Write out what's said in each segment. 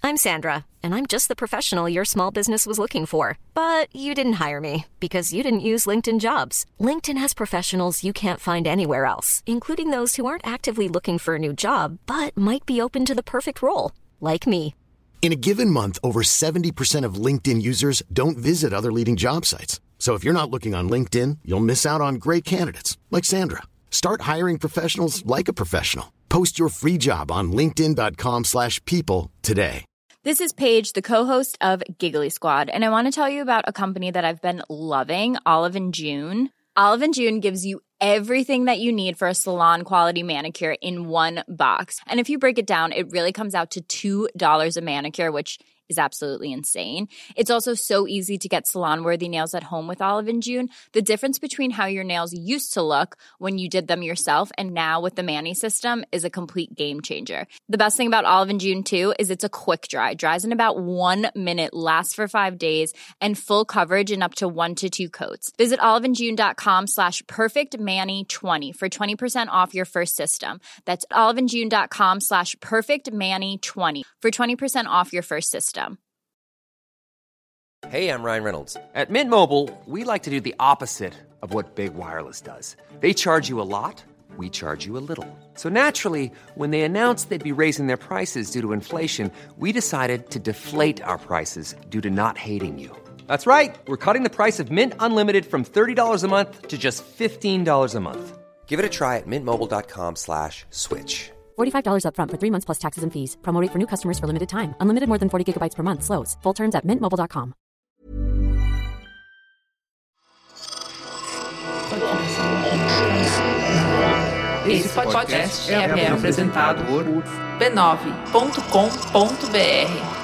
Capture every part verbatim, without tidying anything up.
I'm Sandra, and I'm just the professional your small business was looking for. But you didn't hire me because you didn't use LinkedIn Jobs. LinkedIn has professionals you can't find anywhere else, including those who aren't actively looking for a new job, but might be open to the perfect role, like me. In a given month, over seventy percent of LinkedIn users don't visit other leading job sites. So if you're not looking on LinkedIn, you'll miss out on great candidates like Sandra. Start hiring professionals like a professional. Post your free job on linkedin.com slash people today. This is Paige, the co-host of Giggly Squad, and I want to tell you about a company that I've been loving, Olive and June. Olive and June gives you everything that you need for a salon-quality manicure in one box. And if you break it down, it really comes out to two dollars a manicure, which is absolutely insane. It's also so easy to get salon-worthy nails at home with Olive and June. The difference between how your nails used to look when you did them yourself and now with the Mani system is a complete game changer. The best thing about Olive and June, too, is it's a quick dry. Dries in about one minute, lasts for five days, and full coverage in up to one to two coats. Visit oliveandjune.com slash perfectmani20 for twenty percent off your first system. That's oliveandjune.com slash perfectmani20 for twenty percent off your first system. Hey, I'm Ryan Reynolds. At Mint Mobile, we like to do the opposite of what Big Wireless does. They charge you a lot, we charge you a little. So naturally, when they announced they'd be raising their prices due to inflation, we decided to deflate our prices due to not hating you. That's right. We're cutting the price of Mint Unlimited from thirty dollars a month to just fifteen dollars a month. Give it a try at mintmobile.com slash switch. forty-five dollars up front for three months plus taxes and fees. Promo rate for new customers for limited time. Unlimited more than forty gigabytes per month. Slows full terms at mint mobile dot com. Esse podcast é, é apresentado por b nove ponto com ponto b r.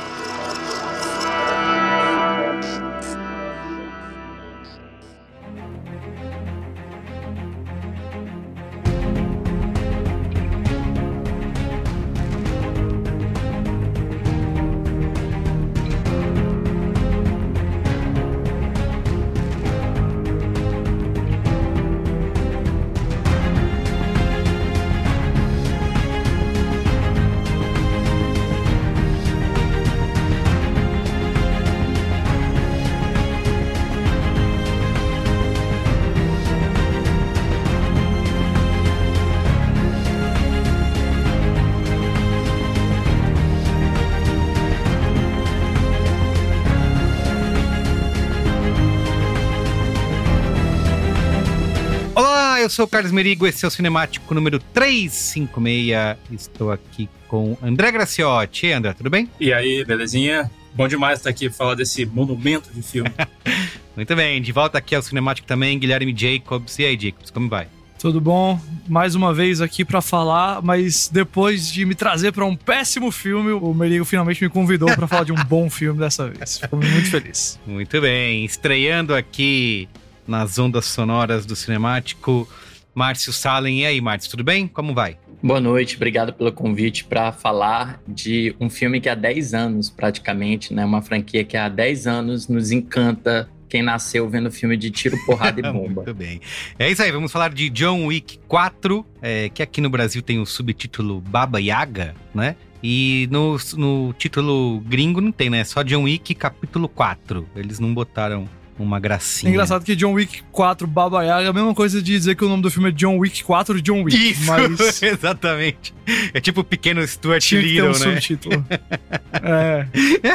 Eu sou o Carlos Merigo, esse é o Cinemático número trezentos e cinquenta e seis. Estou aqui com André Graciotti. E aí, André, tudo bem? E aí, belezinha? Bom demais estar aqui para falar desse monumento de filme. Muito bem, de volta aqui ao Cinemático também, Guilherme Jacobs. E aí, Jacobs, como vai? Tudo bom? Mais uma vez aqui pra falar, mas depois de me trazer pra um péssimo filme, o Merigo finalmente me convidou pra falar de um bom filme dessa vez. Fico muito feliz. Muito bem, estreando aqui nas ondas sonoras do Cinemático, Márcio Salem. E aí, Márcio, tudo bem? Como vai? Boa noite, obrigado pelo convite para falar de um filme que há dez anos, praticamente, né? Uma franquia que há dez anos nos encanta quem nasceu vendo filme de tiro, porrada e bomba. Muito bem. É isso aí, vamos falar de John Wick quatro, é, que aqui no Brasil tem o subtítulo Baba Yaga, né? E no, no título gringo não tem, né? É só John Wick capítulo quatro. Eles não botaram uma gracinha. É engraçado que John Wick quatro Baba Yaga é a mesma coisa de dizer que o nome do filme é John Wick quatro John Wick. Isso, mas... exatamente. É tipo o Pequeno Stuart Tinha Little, que ter um né? subtítulo. É.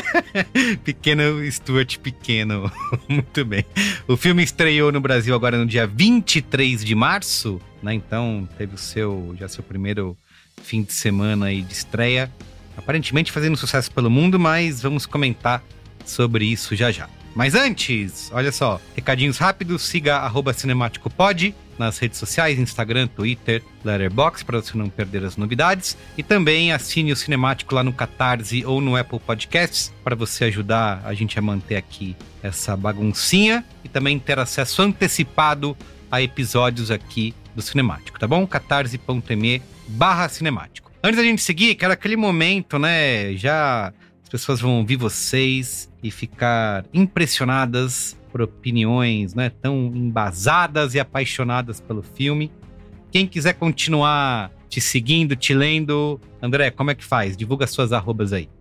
Pequeno Stuart Pequeno. Muito bem. O filme estreou no Brasil agora no dia vinte e três de março, né? Então teve o seu, já seu primeiro fim de semana aí de estreia. Aparentemente fazendo sucesso pelo mundo, mas vamos comentar sobre isso já já. Mas antes, olha só, recadinhos rápidos, siga arroba cinemáticopod nas redes sociais, Instagram, Twitter, Letterboxd, para você não perder as novidades. E também assine o Cinemático lá no Catarse ou no Apple Podcasts, para você ajudar a gente a manter aqui essa baguncinha e também ter acesso antecipado a episódios aqui do Cinemático, tá bom? catarse.me barra cinemático. Antes da gente seguir, quero aquele momento, né, já... As pessoas vão ouvir vocês e ficar impressionadas por opiniões, né, tão embasadas e apaixonadas pelo filme. Quem quiser continuar te seguindo, te lendo, André, como é que faz? Divulga suas arrobas aí.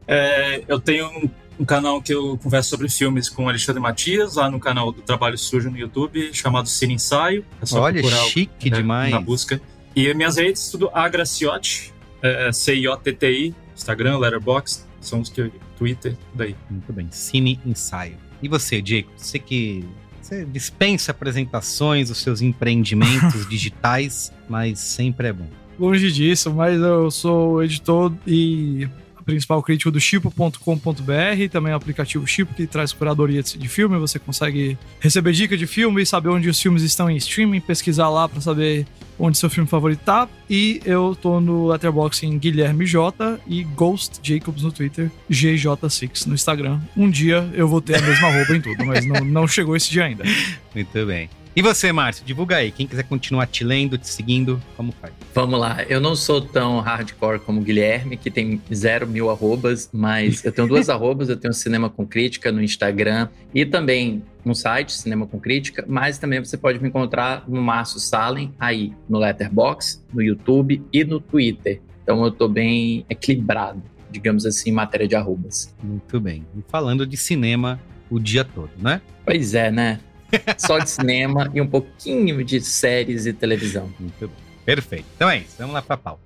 É, eu tenho um, um canal que eu converso sobre filmes com o Alexandre Matias, lá no canal do Trabalho Sujo no YouTube, chamado Cine Ensaio. É só Olha, procurar, chique né, demais. na busca. E minhas redes, tudo Agraciotti, é, C I O T T I, Instagram, Letterboxd, são os que eu, Twitter, daí. Muito bem, Cine Ensaio. E você, Diego? Você que você dispensa apresentações, os seus empreendimentos digitais, mas sempre é bom. Longe disso, mas eu sou editor e principal crítico do chipo ponto com ponto b r, também o aplicativo Chipo, que traz curadoria de filme. Você consegue receber dica de filme, saber onde os filmes estão em streaming, pesquisar lá para saber onde seu filme favorito tá. E eu tô no Letterboxd em Guilherme J e Ghost Jacobs no Twitter, G J seis no Instagram. Um dia eu vou ter a mesma roupa em tudo, mas não, não chegou esse dia ainda. Muito bem. E você, Márcio? Divulga aí. Quem quiser continuar te lendo, te seguindo, como faz? Vamos lá. Eu não sou tão hardcore como o Guilherme, que tem zero mil arrobas, mas eu tenho duas arrobas. Eu tenho Cinema com Crítica no Instagram e também no site, Cinema com Crítica, mas também você pode me encontrar no Márcio Salem, aí no Letterboxd, no YouTube e no Twitter. Então eu tô bem equilibrado, digamos assim, em matéria de arrobas. Muito bem. E falando de cinema o dia todo, né? Pois é, né? Só de cinema e um pouquinho de séries e televisão. Muito bem. Perfeito. Então é isso. Vamos lá pra pauta.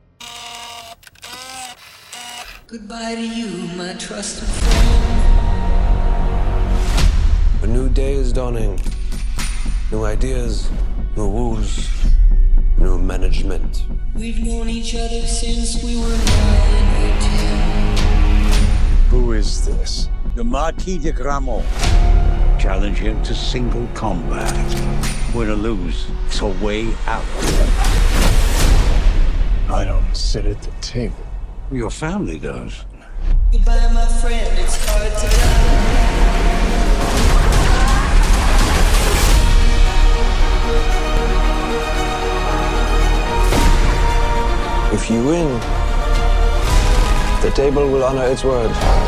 Goodbye to you, my trusted friend. A new day is dawning. New ideas, new rules, new management. We've known each other since we were nine or ten. Who is this? The Marquis de Gramont. Challenge him to single combat. Win or lose, it's a way out. I don't sit at the table. Your family does. Goodbye, my friend. It's hard to die. If you win, the table will honor its word.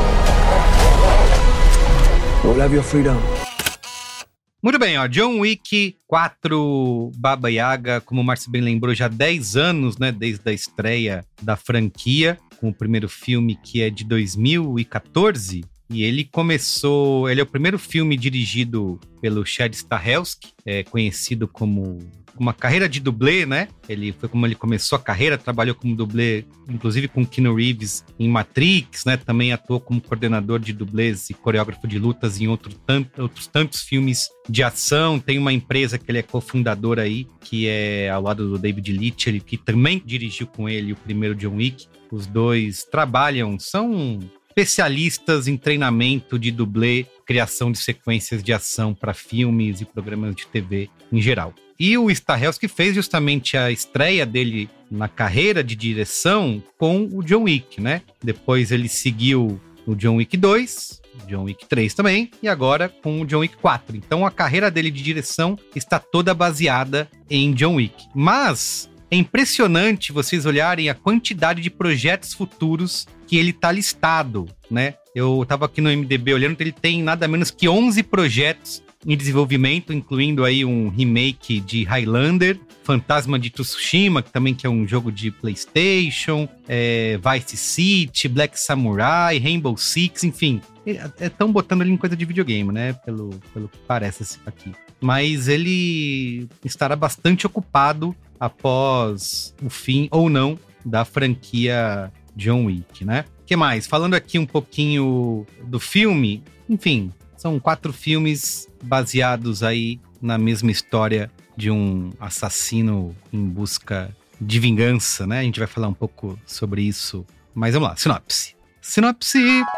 You'll have your freedom. Muito bem, ó, John Wick quatro, Baba Yaga, como o Márcio bem lembrou, já há dez anos, né, desde a estreia da franquia, com o primeiro filme que é de dois mil e quatorze, e ele começou, ele é o primeiro filme dirigido pelo Chad Stahelski, é conhecido como uma carreira de dublê, né? Ele foi como ele começou a carreira, trabalhou como dublê, inclusive com Keanu Reeves em Matrix, né? Também atuou como coordenador de dublês e coreógrafo de lutas em outro tanto, outros tantos filmes de ação. Tem uma empresa que ele é cofundador aí, que é ao lado do David Leitch, ele que também dirigiu com ele o primeiro John Wick. Os dois trabalham, são especialistas em treinamento de dublê, criação de sequências de ação para filmes e programas de T V em geral. E o Stahelski fez justamente a estreia dele na carreira de direção com o John Wick, né? Depois ele seguiu no John Wick dois, John Wick três também, e agora com o John Wick quatro. Então a carreira dele de direção está toda baseada em John Wick. Mas é impressionante vocês olharem a quantidade de projetos futuros que ele tá listado, né? Eu tava aqui no I M D B olhando, ele tem nada menos que onze projetos em desenvolvimento, incluindo aí um remake de Highlander, Fantasma de Tsushima, que também que é um jogo de PlayStation, é, Vice City, Black Samurai, Rainbow Six, enfim. Estão botando ele em coisa de videogame, né? Pelo, pelo que parece aqui. Mas ele estará bastante ocupado após o fim, ou não, da franquia John Wick, né? O que mais? Falando aqui um pouquinho do filme, enfim, são quatro filmes baseados aí na mesma história de um assassino em busca de vingança, né? A gente vai falar um pouco sobre isso, mas vamos lá, sinopse. Sinopse!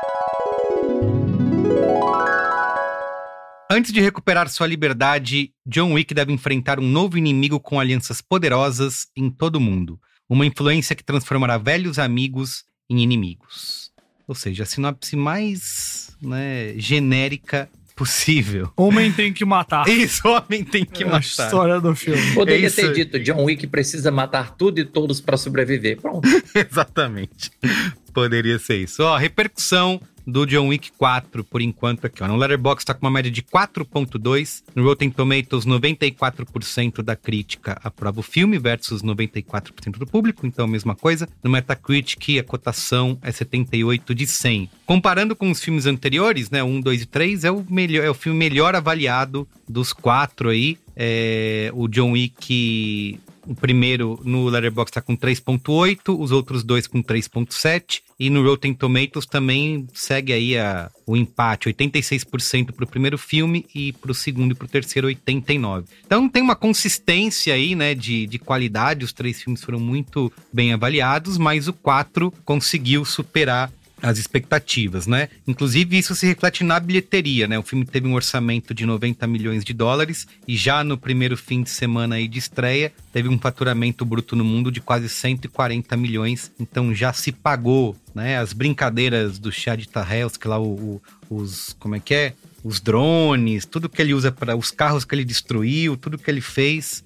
Antes de recuperar sua liberdade, John Wick deve enfrentar um novo inimigo com alianças poderosas em todo o mundo. Uma influência que transformará velhos amigos em inimigos. Ou seja, a sinopse mais, né, genérica possível. Homem tem que matar. Isso, homem tem que é matar. A história do filme. Poderia é ter dito, John Wick precisa matar tudo e todos para sobreviver. Pronto. Exatamente. Poderia ser isso. Ó, repercussão do John Wick quatro, por enquanto aqui, ó. No Letterboxd tá com uma média de quatro ponto dois. No Rotten Tomatoes, noventa e quatro por cento da crítica aprova o filme versus noventa e quatro por cento do público, então a mesma coisa. No Metacritic, a cotação é setenta e oito de cem. Comparando com os filmes anteriores, né, um, dois e três, é o, melhor, é o filme melhor avaliado dos quatro aí. É, o John Wick... O primeiro no Letterboxd tá com três ponto oito, os outros dois com três ponto sete. E no Rotten Tomatoes também segue aí a, o empate, oitenta e seis por cento pro primeiro filme e pro segundo e pro terceiro, oitenta e nove por cento. Então tem uma consistência aí, né, de, de qualidade. Os três filmes foram muito bem avaliados, mas o quatro conseguiu superar as expectativas, né? Inclusive, isso se reflete na bilheteria, né? O filme teve um orçamento de noventa milhões de dólares e já no primeiro fim de semana aí de estreia, teve um faturamento bruto no mundo de quase cento e quarenta milhões, então já se pagou, né? As brincadeiras do Chad Stahelski, lá o, o, os... como é que é? Os drones, tudo que ele usa para... os carros que ele destruiu, tudo que ele fez,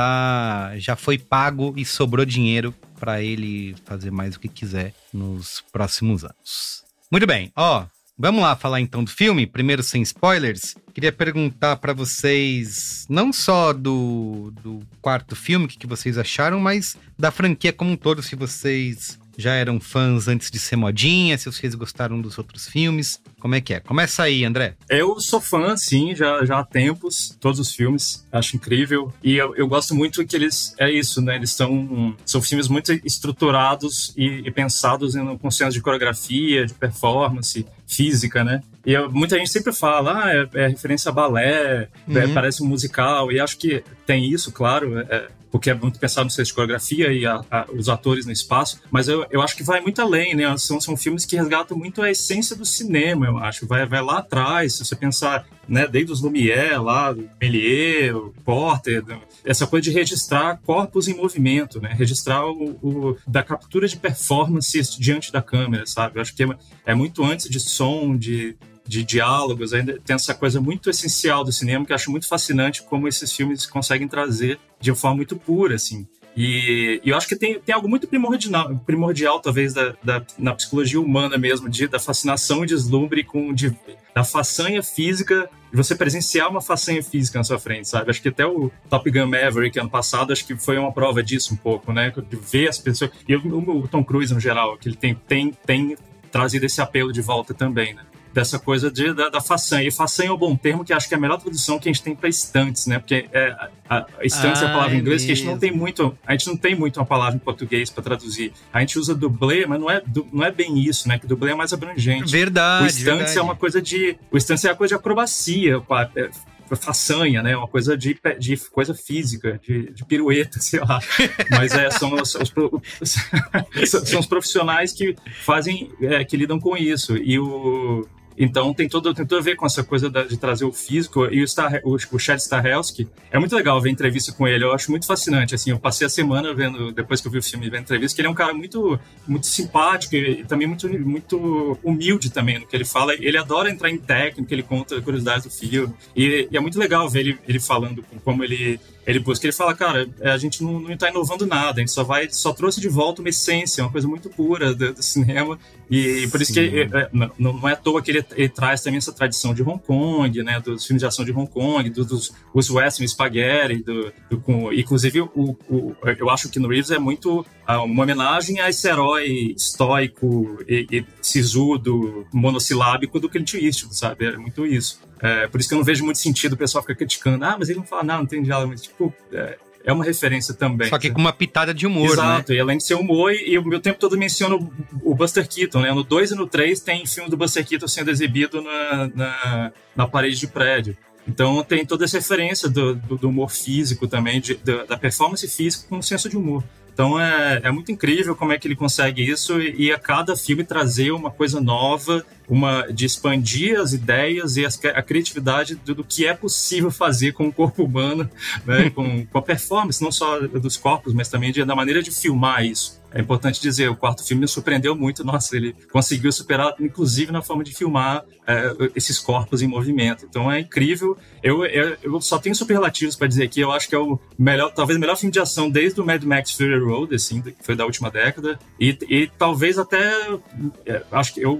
tá, já foi pago e sobrou dinheiro para ele fazer mais o que quiser nos próximos anos. Muito bem, ó, vamos lá falar então do filme, primeiro sem spoilers. Queria perguntar para vocês, não só do, do quarto filme, o que, que vocês acharam, mas da franquia como um todo, se vocês já eram fãs antes de ser modinha, se vocês gostaram dos outros filmes, como é que é? Começa aí, André. Eu sou fã, sim, já, já há tempos, todos os filmes, acho incrível, e eu, eu gosto muito que eles, é isso, né, eles são, são filmes muito estruturados e, e pensados em, com cenas de coreografia, de performance, física, né, e eu, muita gente sempre fala, ah, é, é referência a balé, uhum. é, parece um musical, e acho que tem isso, claro, é, porque é muito pensado no senso de coreografia e a, a, os atores no espaço, mas eu, eu acho que vai muito além, né? São, são filmes que resgatam muito a essência do cinema, eu acho. Vai, vai lá atrás, se você pensar, né, desde os Lumière, lá, Méliès, Porter, essa coisa de registrar corpos em movimento, né? Registrar o, o da captura de performance diante da câmera, sabe? Eu acho que é, é muito antes de som, de... de diálogos, ainda tem essa coisa muito essencial do cinema que eu acho muito fascinante como esses filmes conseguem trazer de uma forma muito pura, assim. E, e eu acho que tem, tem algo muito primordial, primordial talvez, da, da, na psicologia humana mesmo, de, da fascinação e deslumbre com, de, da façanha física, de você presenciar uma façanha física na sua frente, sabe? Acho que até o Top Gun Maverick, ano passado, acho que foi uma prova disso um pouco, né? De ver as pessoas... E o, o Tom Cruise, no geral, que ele tem, tem, tem trazido esse apelo de volta também, né? Dessa coisa de, da, da façanha. E façanha é um bom termo, que acho que é a melhor tradução que a gente tem para estantes, né? Porque é, a, a estante ah, é a palavra em inglês, é que a gente não tem muito, a gente não tem muito uma palavra em português para traduzir. A gente usa dublê, mas não é, não é bem isso, né? Que dublê é mais abrangente. Verdade. O estante é uma coisa de. O estante é uma coisa de acrobacia, é, façanha, né? Uma coisa de, de coisa física, de, de pirueta, sei lá. Mas é, são, os, os, são os profissionais que fazem, é, que lidam com isso. E o. Então tem tudo, tem tudo a ver com essa coisa da, de trazer o físico. E o, Star, o, o Chad Stahelski, é muito legal ver entrevista com ele, eu acho muito fascinante, assim, eu passei a semana vendo, depois que eu vi o filme, vendo entrevista, que ele é um cara muito, muito simpático e, e também muito, muito humilde também no que ele fala. Ele adora entrar em técnica, ele conta curiosidades do filme, e, e é muito legal ver ele, ele falando como ele... Ele busca, ele fala, cara, a gente não, não tá inovando nada, a gente só vai, só trouxe de volta uma essência, uma coisa muito pura do, do cinema, e por Sim. isso que é, é, não, não é à toa que ele, ele traz também essa tradição de Hong Kong, né, dos filmes de ação de Hong Kong, do, dos os western spaghetti, do, do, com, inclusive o, o, eu acho que no Reeves é muito uma homenagem a esse herói estoico e, e sisudo, monossilábico do Clint Eastwood, sabe, é muito isso. É, por isso que eu não vejo muito sentido o pessoal ficar criticando. Ah, mas ele não fala nada, não tem diálogo. Mas, tipo, é, é uma referência também. Só que com uma pitada de humor, Exato, né? Exato, e além de ser humor, e, e o meu tempo todo menciono o, o Buster Keaton, né? No dois e no três tem filme do Buster Keaton sendo exibido na, na, na parede de prédio. Então tem toda essa referência do, do, do humor físico também, de, da, da performance física com um senso de humor. Então é, é muito incrível como é que ele consegue isso e, e a cada filme trazer uma coisa nova, uma, de expandir as ideias e as, a criatividade do, do que é possível fazer com o corpo humano, né? com, com a performance, não só dos corpos, mas também de, da maneira de filmar isso. É importante dizer, o quarto filme me surpreendeu muito. Nossa, ele conseguiu superar, inclusive na forma de filmar é, esses corpos em movimento. Então é incrível. Eu, eu, eu só tenho superlativos para dizer que eu acho que é o melhor, talvez o melhor filme de ação desde o Mad Max Fury Road, assim, que foi da última década. E, e talvez até, é, acho que eu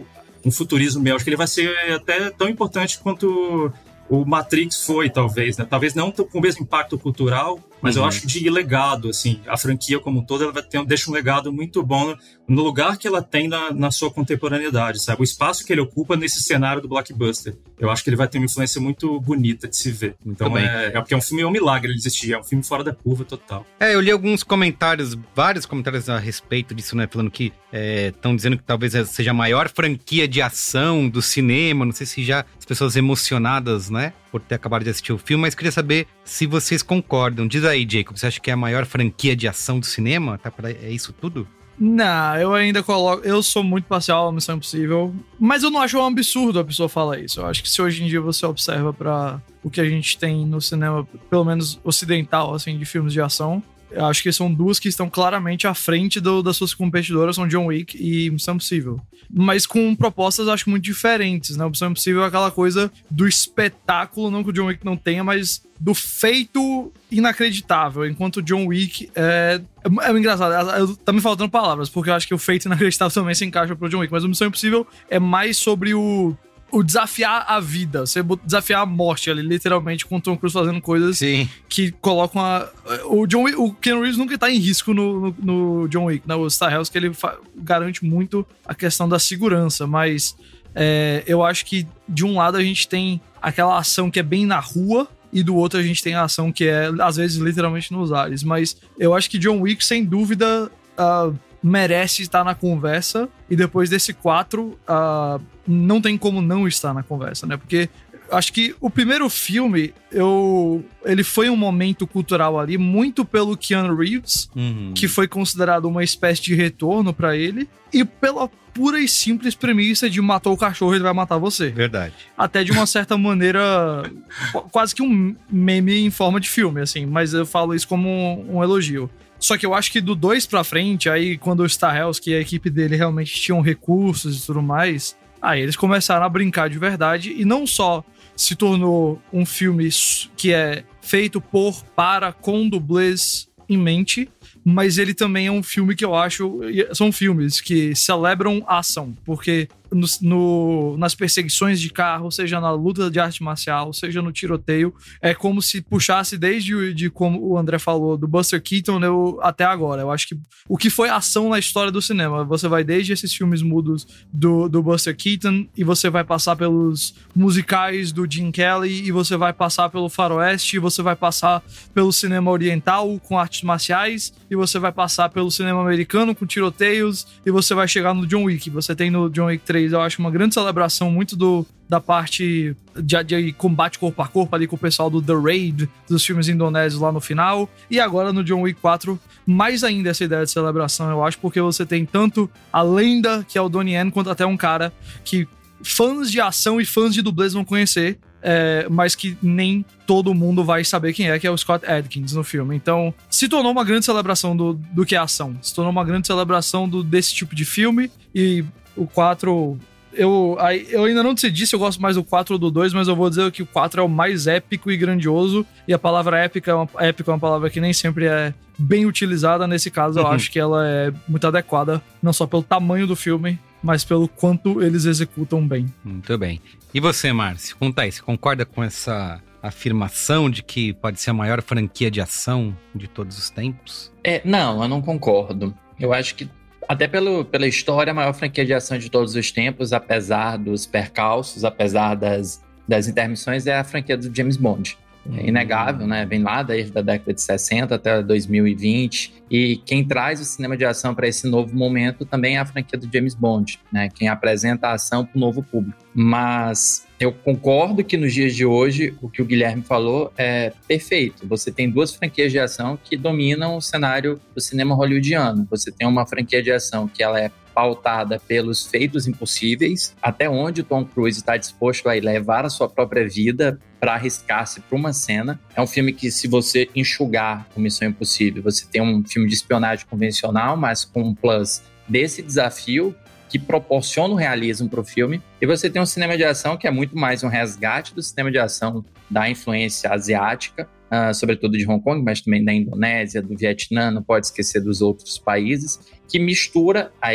um futurismo meu. Acho que ele vai ser até tão importante quanto o Matrix foi, talvez, né? Talvez não com o mesmo impacto cultural, mas uhum. eu acho de legado, assim. A franquia como um todo, ela vai ter, deixa um legado muito bom no lugar que ela tem na, na sua contemporaneidade, sabe? O espaço que ele ocupa nesse cenário do blockbuster. Eu acho que ele vai ter uma influência muito bonita de se ver. Então, é, é porque é um filme, é um milagre ele existir. É um filme fora da curva total. É, eu li alguns comentários, vários comentários a respeito disso, né? Falando que estão é, dizendo que talvez seja a maior franquia de ação do cinema. Não sei se já as pessoas emocionadas, né? Por ter acabado de assistir o filme, mas queria saber se vocês concordam. Diz aí, Jacob, você acha que é a maior franquia de ação do cinema? Tá pra, é isso tudo? Não, eu ainda coloco... Eu sou muito parcial à Missão Impossível, mas eu não acho um absurdo a pessoa falar isso. Eu acho que se hoje em dia você observa pra o que a gente tem no cinema, pelo menos ocidental, assim, de filmes de ação, eu acho que são duas que estão claramente à frente do, das suas competidoras, são John Wick e Missão Impossível. Mas com propostas, acho, muito diferentes, né? Missão Impossível é aquela coisa do espetáculo, não que o John Wick não tenha, mas do feito inacreditável. Enquanto o John Wick é... É, é engraçado, tá me faltando palavras, porque eu acho que o feito inacreditável também se encaixa pro John Wick, mas o Missão Impossível é mais sobre o... O desafiar a vida, você desafiar a morte ali, literalmente, com o Tom Cruise fazendo coisas Sim. que colocam a... O, John Wick, o Keanu Reeves nunca tá em risco no, no, no John Wick, né? O Stahelski, que ele fa- garante muito a questão da segurança, mas é, eu acho que de um lado a gente tem aquela ação que é bem na rua, e do outro a gente tem a ação que é, às vezes, literalmente nos ares, mas eu acho que John Wick, sem dúvida... Uh, merece estar na conversa, e depois desse quatro, uh, não tem como não estar na conversa, né? Porque acho que o primeiro filme, eu, ele foi um momento cultural ali, muito pelo Keanu Reeves, uhum. que foi considerado uma espécie de retorno pra ele, e pela pura e simples premissa de matou o cachorro, ele vai matar você. Verdade. Até de uma certa maneira, quase que um meme em forma de filme, assim, mas eu falo isso como um, um elogio. Só que eu acho que do dois pra frente, aí quando o Stahelski e a equipe dele realmente tinham recursos e tudo mais, aí eles começaram a brincar de verdade, e não só se tornou um filme que é feito por, para, com dublês em mente, mas ele também é um filme que eu acho... São filmes que celebram a ação, porque no, no, nas perseguições de carro, seja na luta de arte marcial, seja no tiroteio, é como se puxasse desde, de, como o André falou, do Buster Keaton, né, até agora. Eu acho que o que foi ação na história do cinema, você vai desde esses filmes mudos do, do Buster Keaton, e você vai passar pelos musicais do Gene Kelly, e você vai passar pelo faroeste, e você vai passar pelo cinema oriental com artes marciais, e você vai passar pelo cinema americano com tiroteios, e você vai chegar no John Wick. Você tem no John Wick três, eu acho, uma grande celebração muito do, da parte de, de combate corpo a corpo ali com o pessoal do The Raid, dos filmes indonésios lá no final, e agora no John Wick quatro, mais ainda essa ideia de celebração, eu acho, porque você tem tanto a lenda, que é o Donnie Yen, quanto até um cara que fãs de ação e fãs de dublês vão conhecer, É, mas que nem todo mundo vai saber quem é, que é o Scott Adkins no filme. Então, se tornou uma grande celebração do, do que é ação. Se tornou uma grande celebração do, desse tipo de filme. E o quatro... Eu, eu ainda não decidi se eu gosto mais do quatro ou do dois, mas eu vou dizer que o quatro é o mais épico e grandioso. E a palavra épica é uma, épico é uma palavra que nem sempre é bem utilizada. Nesse caso, eu acho que ela é muito adequada, não só pelo tamanho do filme, mas pelo quanto eles executam bem. Muito bem. E você, Márcio? Conta aí, você concorda com essa afirmação de que pode ser a maior franquia de ação de todos os tempos? É, não, eu não concordo. Eu acho que, até pelo, pela história, a maior franquia de ação de todos os tempos, apesar dos percalços, apesar das, das intermissões, é a franquia do James Bond. É inegável, né? Vem lá desde a década de sessenta até dois mil e vinte, e quem traz o cinema de ação para esse novo momento também é a franquia do James Bond, né? Quem apresenta a ação para o novo público. Mas eu concordo que nos dias de hoje o que o Guilherme falou é perfeito. Você tem duas franquias de ação que dominam o cenário do cinema hollywoodiano. Você tem uma franquia de ação que ela é pautada pelos feitos impossíveis, até onde o Tom Cruise está disposto a levar a sua própria vida para arriscar-se para uma cena. É um filme que, se você enxugar com Missão Impossível, você tem um filme de espionagem convencional, mas com um plus desse desafio que proporciona o realismo para o filme. E você tem um cinema de ação que é muito mais um resgate do cinema de ação da influência asiática, Uh, sobretudo de Hong Kong, mas também da Indonésia, do Vietnã, não pode esquecer dos outros países, que mistura aí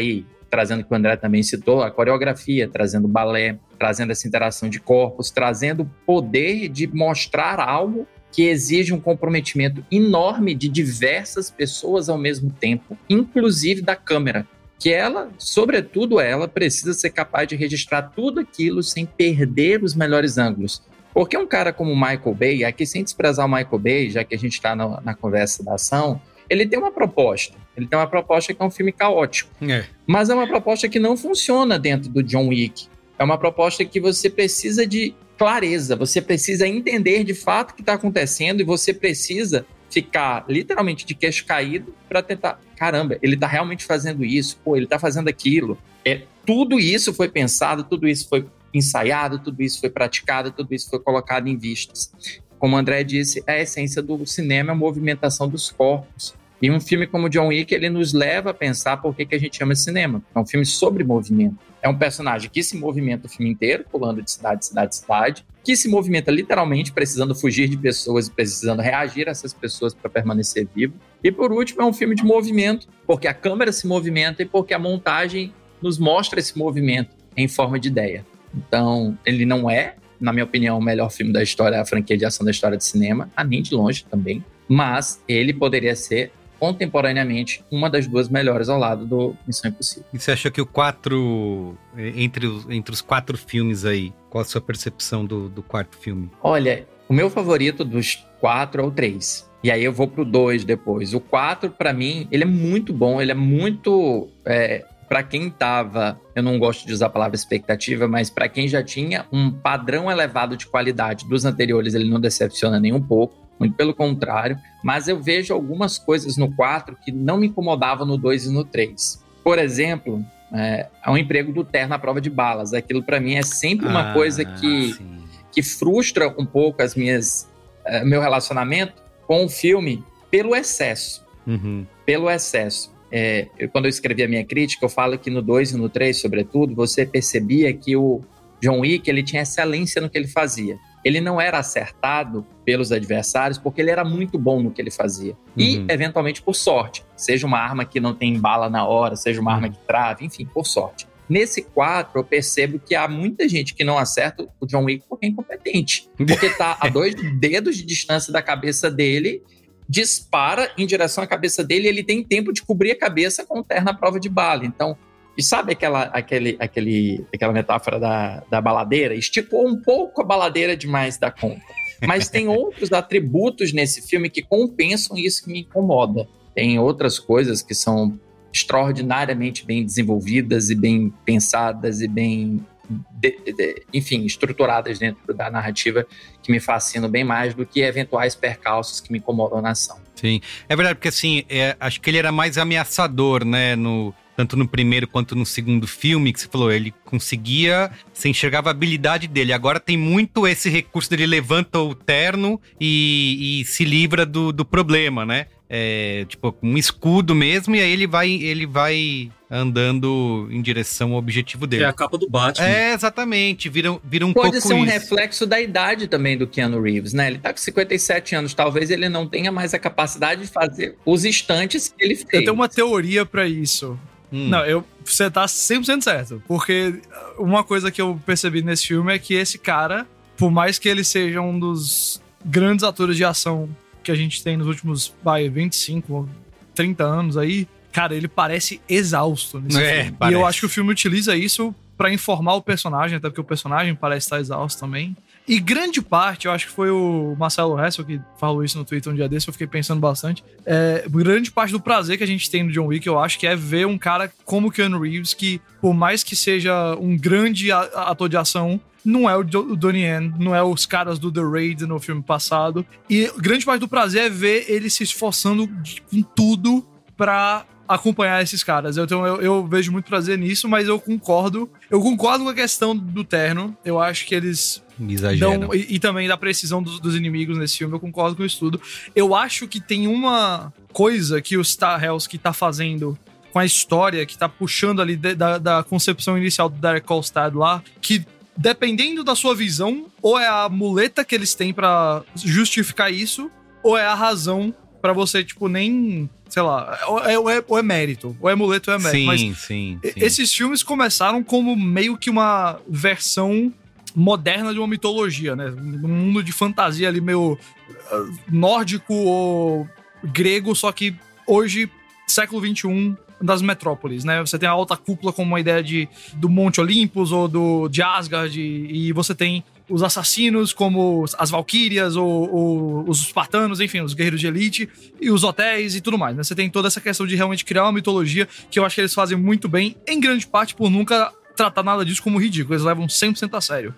trazendo o que o André também citou, a coreografia, trazendo balé, trazendo essa interação de corpos, trazendo o poder de mostrar algo que exige um comprometimento enorme de diversas pessoas ao mesmo tempo, inclusive da câmera, que ela, sobretudo ela, precisa ser capaz de registrar tudo aquilo sem perder os melhores ângulos. Porque um cara como o Michael Bay, aqui sem desprezar o Michael Bay, já que a gente está na, na conversa da ação, ele tem uma proposta. Ele tem uma proposta que é um filme caótico. É. Mas é uma proposta que não funciona dentro do John Wick. É uma proposta que você precisa de clareza, você precisa entender de fato o que está acontecendo e você precisa ficar literalmente de queixo caído para tentar, caramba, ele está realmente fazendo isso, pô, ele está fazendo aquilo. É, tudo isso foi pensado, tudo isso foi ensaiado, tudo isso foi praticado, tudo isso foi colocado em vistas. Como o André disse, a essência do cinema é a movimentação dos corpos. E um filme como John Wick, ele nos leva a pensar por que, que a gente chama cinema. É um filme sobre movimento. É um personagem que se movimenta o filme inteiro, pulando de cidade em cidade em cidade, que se movimenta literalmente, precisando fugir de pessoas e precisando reagir a essas pessoas para permanecer vivo. E por último, é um filme de movimento, porque a câmera se movimenta e porque a montagem nos mostra esse movimento em forma de ideia. Então, ele não é, na minha opinião, o melhor filme da história, a franquia de ação da história de cinema, a nem de longe também, mas ele poderia ser contemporaneamente uma das duas melhores ao lado do Missão Impossível. E você achou que o quatro, entre os, entre os quatro filmes aí, qual a sua percepção do, do quarto filme? Olha, o meu favorito dos quatro é o três. E aí eu vou pro dois depois. O quatro, pra mim, ele é muito bom, ele é muito... É, para quem tava, eu não gosto de usar a palavra expectativa, mas para quem já tinha um padrão elevado de qualidade dos anteriores, ele não decepciona nem um pouco. Muito pelo contrário, mas eu vejo algumas coisas no quatro que não me incomodavam no dois e no três. Por exemplo, é, o emprego do terno à prova de balas. Aquilo para mim é sempre uma ah, coisa que, que frustra um pouco as minhas, uh, meu relacionamento com o filme pelo excesso. Uhum. Pelo excesso. É, eu, quando eu escrevi a minha crítica, eu falo que no dois e no três, sobretudo, você percebia que o John Wick ele tinha excelência no que ele fazia. Ele não era acertado pelos adversários porque ele era muito bom no que ele fazia. E, uhum. eventualmente, por sorte. Seja uma arma que não tem bala na hora, seja uma arma que trave, enfim, por sorte. Nesse quatro, eu percebo que há muita gente que não acerta o John Wick porque é incompetente. Porque tá a dois dedos de distância da cabeça dele, dispara em direção à cabeça dele e ele tem tempo de cobrir a cabeça com o terno à prova de bala. Então, e sabe aquela, aquele, aquele, aquela metáfora da, da baladeira? Esticou um pouco a baladeira demais da conta. Mas tem outros atributos nesse filme que compensam isso que me incomoda. Tem outras coisas que são extraordinariamente bem desenvolvidas e bem pensadas e bem, de, de, enfim, estruturadas dentro da narrativa que me fascinam bem mais do que eventuais percalços que me incomodam na ação. Sim, é verdade, porque assim, é, acho que ele era mais ameaçador, né, no... tanto no primeiro quanto no segundo filme, que você falou, ele conseguia, você enxergava a habilidade dele. Agora tem muito esse recurso dele levanta o terno e, e se livra do, do problema, né? É, tipo, um escudo mesmo, e aí ele vai, ele vai andando em direção ao objetivo dele. É a capa do Batman. É, exatamente, vira, vira um Pode pouco ser um isso. reflexo da idade também do Keanu Reeves, né? Ele tá com cinquenta e sete anos, talvez ele não tenha mais a capacidade de fazer os instantes que ele fez. Eu tenho uma teoria pra isso. Hum. Não, eu, você tá cem por cento certo. Porque uma coisa que eu percebi nesse filme é que esse cara, por mais que ele seja um dos grandes atores de ação que a gente tem nos últimos, vai, vinte e cinco, trinta anos aí, cara, ele parece exausto nesse é, filme. parece. E eu acho que o filme utiliza isso pra informar o personagem, até porque o personagem parece estar exausto também. E grande parte, eu acho que foi o Marcelo Hessel que falou isso no Twitter um dia desse, eu fiquei pensando bastante. É, grande parte do prazer que a gente tem no John Wick, eu acho que é ver um cara como o Keanu Reeves, que por mais que seja um grande ator de ação, não é o Donnie Yen, não é os caras do The Raid no filme passado. E grande parte do prazer é ver ele se esforçando com tudo pra acompanhar esses caras. Então eu, eu vejo muito prazer nisso, mas eu concordo. Eu concordo com a questão do terno. Eu acho que eles dão, e, e também da precisão dos, dos inimigos nesse filme. Eu concordo com isso tudo. Eu acho que tem uma coisa que o Stahelski tá fazendo com a história, que tá puxando ali de, da, da concepção inicial do Derek Kolstad lá, que dependendo da sua visão, ou é a muleta que eles têm pra justificar isso, ou é a razão pra você, tipo, nem sei lá, ou é, ou é, ou é mérito, ou é muleto ou é mérito. Sim, mas sim, sim. Esses filmes começaram como meio que uma versão moderna de uma mitologia, né? Um mundo de fantasia ali meio uh, nórdico ou grego, só que hoje, século vinte e um, das metrópoles, né? Você tem a alta cúpula como uma ideia de, do Monte Olympus ou do, de Asgard, e, e você tem os assassinos como as valquírias ou, ou os espartanos, enfim, os guerreiros de elite, e os hotéis e tudo mais, né? Você tem toda essa questão de realmente criar uma mitologia que eu acho que eles fazem muito bem, em grande parte por nunca tratar nada disso como ridículo. Eles levam cem por cento a sério.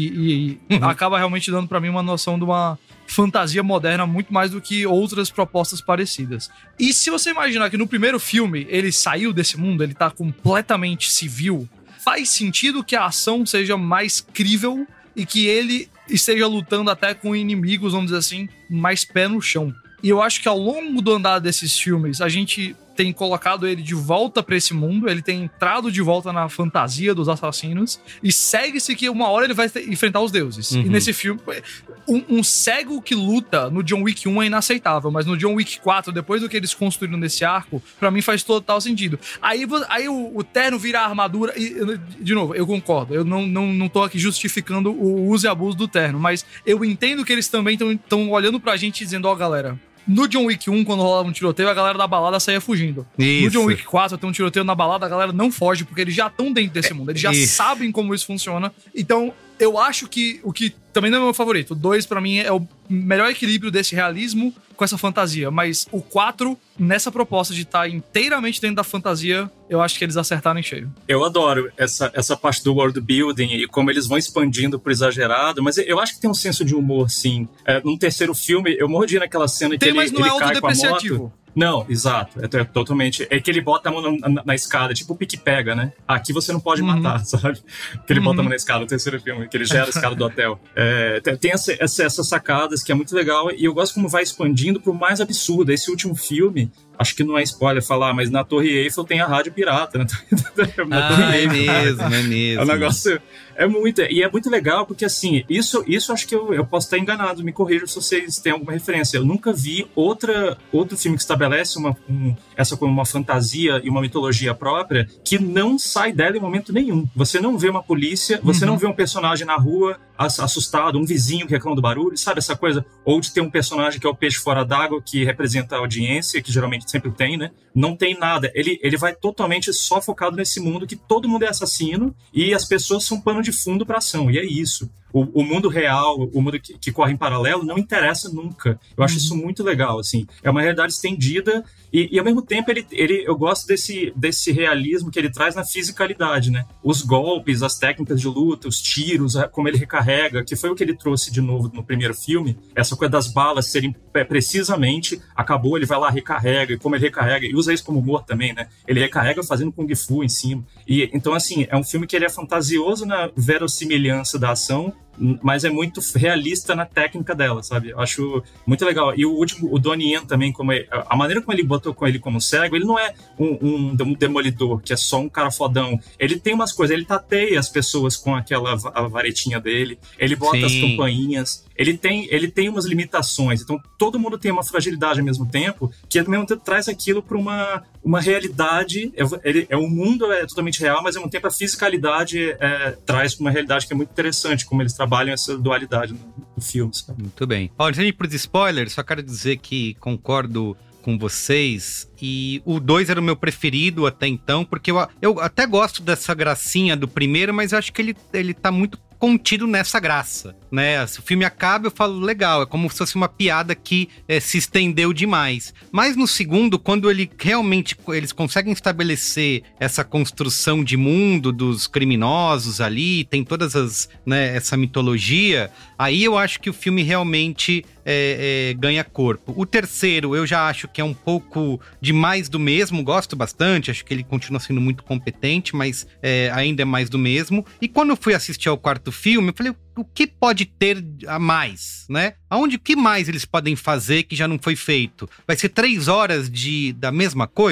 E, e uhum. acaba realmente dando pra mim uma noção de uma fantasia moderna muito mais do que outras propostas parecidas. E se você imaginar que no primeiro filme ele saiu desse mundo, ele tá completamente civil, faz sentido que a ação seja mais crível e que ele esteja lutando até com inimigos, vamos dizer assim, mais pé no chão. E eu acho que ao longo do andar desses filmes, a gente tem colocado ele de volta pra esse mundo, ele tem entrado de volta na fantasia dos assassinos, e segue-se que uma hora ele vai enfrentar os deuses. Uhum. E nesse filme, um, um cego que luta no John Wick um é inaceitável, mas no John Wick quatro, depois do que eles construíram nesse arco, pra mim faz total sentido. Aí, aí o, o terno vira a armadura, e, de novo, eu concordo, eu não, não, não tô aqui justificando o uso e abuso do terno, mas eu entendo que eles também estão olhando pra gente e dizendo, ó, oh, galera, no John Wick um, quando rolava um tiroteio, a galera da balada saía fugindo. Isso. No John Wick quatro, tem um tiroteio na balada, a galera não foge, porque eles já estão dentro desse mundo. Eles já isso. sabem como isso funciona. Então, eu acho que o que também não é meu favorito. O dois, pra mim, é o melhor equilíbrio desse realismo com essa fantasia. Mas o quatro, nessa proposta de estar inteiramente dentro da fantasia, eu acho que eles acertaram em cheio. Eu adoro essa, essa parte do world building e como eles vão expandindo pro exagerado, mas eu acho que tem um senso de humor, sim. É, no terceiro filme, eu mordi naquela cena tem, que mas ele, não ele é cai com a moto. Não, exato. É, é totalmente. É que ele bota a mão na, na, na escada, tipo o pique-pega, né? Aqui você não pode uhum. matar, sabe? Que ele uhum. bota a mão na escada no terceiro filme, que ele gera a escada do hotel. É, tem essa, essa, essas sacadas que é muito legal e eu gosto como vai expandindo pro mais absurdo. Esse último filme, acho que não é spoiler falar, mas na Torre Eiffel tem a rádio pirata. Né? Na ah, Torre é Eiffel, mesmo, é mesmo. É um negócio... É muito, e é muito legal porque assim, isso, isso acho que eu, eu posso estar enganado, me corrijam se vocês têm alguma referência. Eu nunca vi outra, outro filme que estabelece uma, um, essa como uma fantasia e uma mitologia própria que não sai dela em momento nenhum. Você não vê uma polícia, você uhum. não vê um personagem na rua assustado, um vizinho que reclama do barulho, sabe essa coisa? Ou de ter um personagem que é o peixe fora d'água que representa a audiência, que geralmente sempre tem, né? Não tem nada. Ele, ele vai totalmente só focado nesse mundo que todo mundo é assassino e as pessoas são pano de fundo para ação, e é isso. O, o mundo real, o mundo que, que corre em paralelo, não interessa nunca. Eu acho uhum. isso muito legal, assim. É uma realidade estendida e, e ao mesmo tempo, ele, ele, eu gosto desse, desse realismo que ele traz na fisicalidade, né? Os golpes, as técnicas de luta, os tiros, como ele recarrega, que foi o que ele trouxe de novo no primeiro filme. Essa coisa das balas serem precisamente, acabou, ele vai lá, recarrega, e como ele recarrega, e usa isso como humor também, né? Ele recarrega fazendo Kung Fu em cima. E, então, assim, é um filme que ele é fantasioso na verossimilhança da ação, mas é muito realista na técnica dela, sabe? Eu acho muito legal. E o último, o Donnie Yen também, como é, a maneira como ele botou com ele como cego, ele não é um, um, um demolidor, que é só um cara fodão. Ele tem umas coisas, ele tateia as pessoas com aquela a varetinha dele, ele bota Sim. as campainhas, ele tem, ele tem umas limitações. Então, todo mundo tem uma fragilidade ao mesmo tempo, que ao mesmo tempo traz aquilo para uma, uma realidade. É, ele, é, o mundo é totalmente real, mas ao mesmo tempo a fisicalidade é, traz uma realidade que é muito interessante, como eles trabalham essa dualidade no, no filme, sabe? Muito bem. Ó, antes de ir pros spoilers, só quero dizer que concordo com vocês, e o dois era o meu preferido até então, porque eu, eu até gosto dessa gracinha do primeiro, mas eu acho que ele, ele tá muito contido nessa graça, né? Se o filme acaba, eu falo, legal, é como se fosse uma piada que é, se estendeu demais. Mas no segundo, quando ele realmente, eles conseguem estabelecer essa construção de mundo dos criminosos ali, tem todas as, né, essa mitologia, aí eu acho que o filme realmente é, é, ganha corpo. O terceiro, eu já acho que é um pouco demais do mesmo, gosto bastante, acho que ele continua sendo muito competente, mas é, ainda é mais do mesmo. E quando eu fui assistir ao quarto filme, eu falei, o que pode ter a mais, né? Aonde, o que mais eles podem fazer que já não foi feito? Vai ser três horas de, da mesma coisa?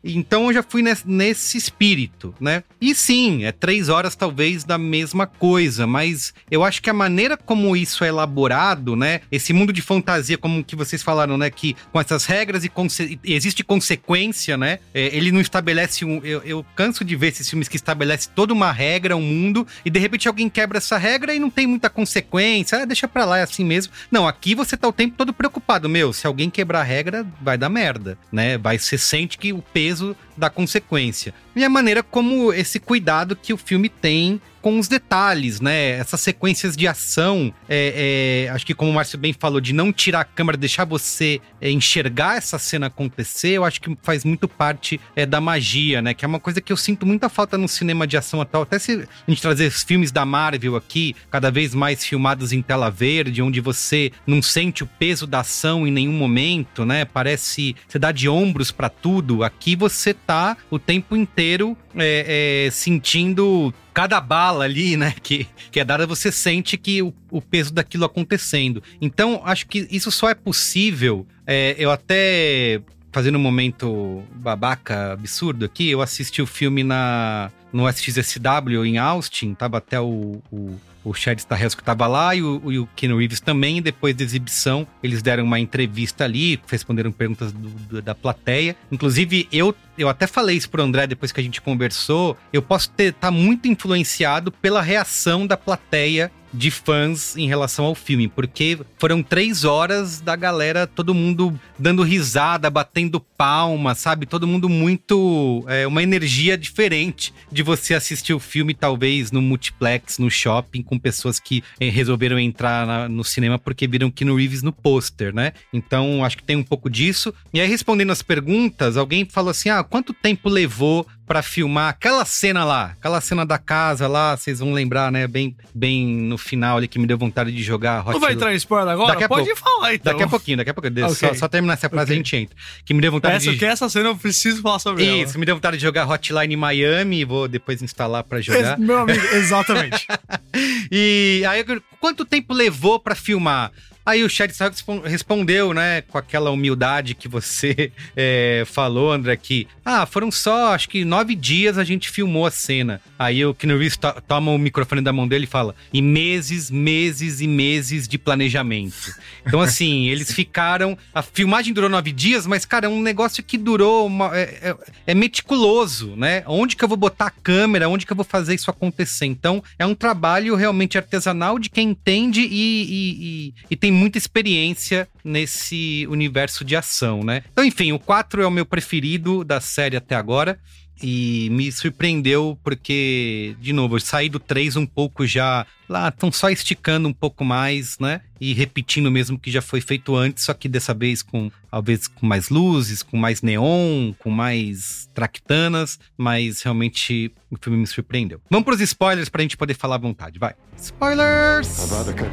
Então eu já fui nesse, nesse espírito, né? E sim, é três horas talvez da mesma coisa, mas eu acho que a maneira como isso é elaborado, né? Esse mundo de fantasia, como que vocês falaram, né? Que com essas regras e conse- existe consequência, né? É, ele não estabelece um... Eu, eu canso de ver esses filmes que estabelecem toda uma regra, um mundo, e de repente alguém quebra essa regra e não tem muita consequência. Ah, deixa pra lá, é assim mesmo. Não, aqui você tá o tempo todo preocupado. Meu, se alguém quebrar a regra, vai dar merda, né? Vai, você sente que o peso da consequência. E a maneira como esse cuidado que o filme tem com os detalhes, né? Essas sequências de ação, é, é, acho que como o Márcio bem falou, de não tirar a câmera, deixar você é, enxergar essa cena acontecer, eu acho que faz muito parte é, da magia, né? Que é uma coisa que eu sinto muita falta no cinema de ação atual. Até se a gente trazer os filmes da Marvel aqui, cada vez mais filmados em tela verde, onde você não sente o peso da ação em nenhum momento, né? Parece, você dá de ombros pra tudo. Aqui você tá o tempo inteiro é, é, sentindo... Cada bala ali, né, que, que é dada, você sente que o, o peso daquilo acontecendo. Então, acho que isso só é possível. É, eu até, fazendo um momento babaca, absurdo aqui, eu assisti o filme na, no S X S W em Austin, tava até o... o O Chad Stahelski estava lá e o, e o Keanu Reeves também. E depois da exibição, eles deram uma entrevista ali, responderam perguntas do, do, da plateia. Inclusive, eu, eu até falei isso pro André depois que a gente conversou. Eu posso estar tá muito influenciado pela reação da plateia de fãs em relação ao filme, porque foram três horas da galera, todo mundo dando risada, batendo palma, sabe? Todo mundo muito... É, uma energia diferente de você assistir o filme, talvez, no multiplex, no shopping, com pessoas que eh, resolveram entrar na, no cinema porque viram Keanu Reeves no pôster, né? Então, acho que tem um pouco disso. E aí, respondendo as perguntas, alguém falou assim, ah, quanto tempo levou pra filmar aquela cena lá, aquela cena da casa lá, vocês vão lembrar, né, bem, bem no final ali, que me deu vontade de jogar Hot... Não vai entrar em spoiler agora? Daqui a Pode pouco. falar, então. Daqui a pouquinho, daqui a pouquinho. Okay. Só, só terminar essa frase, okay, a gente entra. Que me deu vontade essa, de... Que essa cena eu preciso falar sobre ela. Isso, me deu vontade de jogar Hotline Miami, vou depois instalar pra jogar. Meu amigo, exatamente. E aí, quanto tempo levou pra filmar? Aí o Chad Stahelski respondeu, né, com aquela humildade que você é, falou, André, que ah, foram só, acho que nove dias a gente filmou a cena. Aí o Keanu Reeves to- toma o microfone da mão dele e fala, e meses, meses e meses de planejamento. Então assim, eles ficaram, a filmagem durou nove dias, mas cara, é um negócio que durou, uma, é, é, é meticuloso, né? Onde que eu vou botar a câmera, onde que eu vou fazer isso acontecer? Então é um trabalho realmente artesanal de quem entende e, e, e, e tem muita experiência nesse universo de ação, né? Então, enfim, o quatro é o meu preferido da série até agora e me surpreendeu porque, de novo, eu saí do três um pouco já... Lá, estão só esticando um pouco mais, né? E repetindo mesmo que já foi feito antes, só que dessa vez com, talvez, com mais luzes, com mais neon, com mais traquitanas, mas realmente o filme me surpreendeu. Vamos pros spoilers pra gente poder falar à vontade, vai. Spoilers!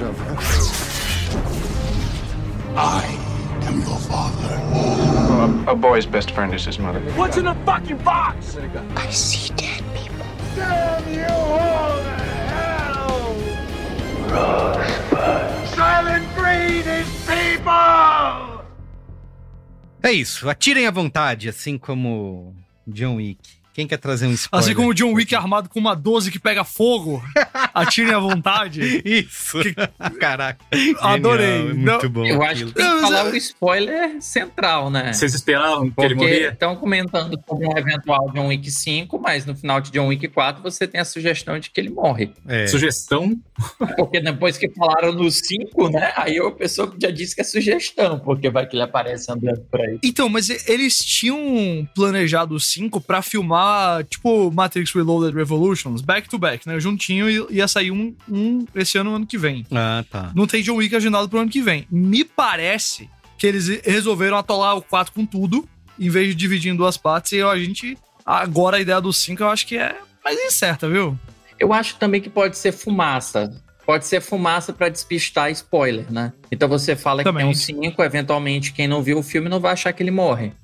I am your father. Well, a, a boy's best friend is his mother. What's in the fucking box? I see dead people. Damn you all to hell! Rosebud. Silent breed is people! É isso, atirem à vontade, assim como John Wick. Quem quer trazer um spoiler? Assim como o John Wick armado com uma doze que pega fogo. Atirem à vontade. Isso. Que... Caraca. Adorei. Genial, é muito Não, bom. Eu aquilo. acho que tem que falar o spoiler central, né? Vocês esperavam que Porque ele morria? estão comentando sobre um eventual John Wick cinco, mas no final de John Wick quatro você tem a sugestão de que ele morre. É. Sugestão? Porque depois que falaram no cinco, né? Aí a pessoa já disse que é sugestão, porque vai que ele aparece andando por aí. Então, mas eles tinham planejado o cinco pra filmar tipo Matrix Reloaded Revolutions, back to back, né? Juntinho e ia sair um, um esse ano, ano que vem. Ah, tá. Não tem John Wick agendado pro ano que vem. Me parece que eles resolveram atolar o quatro com tudo, em vez de dividir em duas partes, e a gente, agora a ideia do cinco eu acho que é mais incerta, viu? Eu acho também que pode ser fumaça. Pode ser fumaça pra despistar spoiler, né? Então você fala Também. que tem um cinco, eventualmente quem não viu o filme não vai achar que ele morre.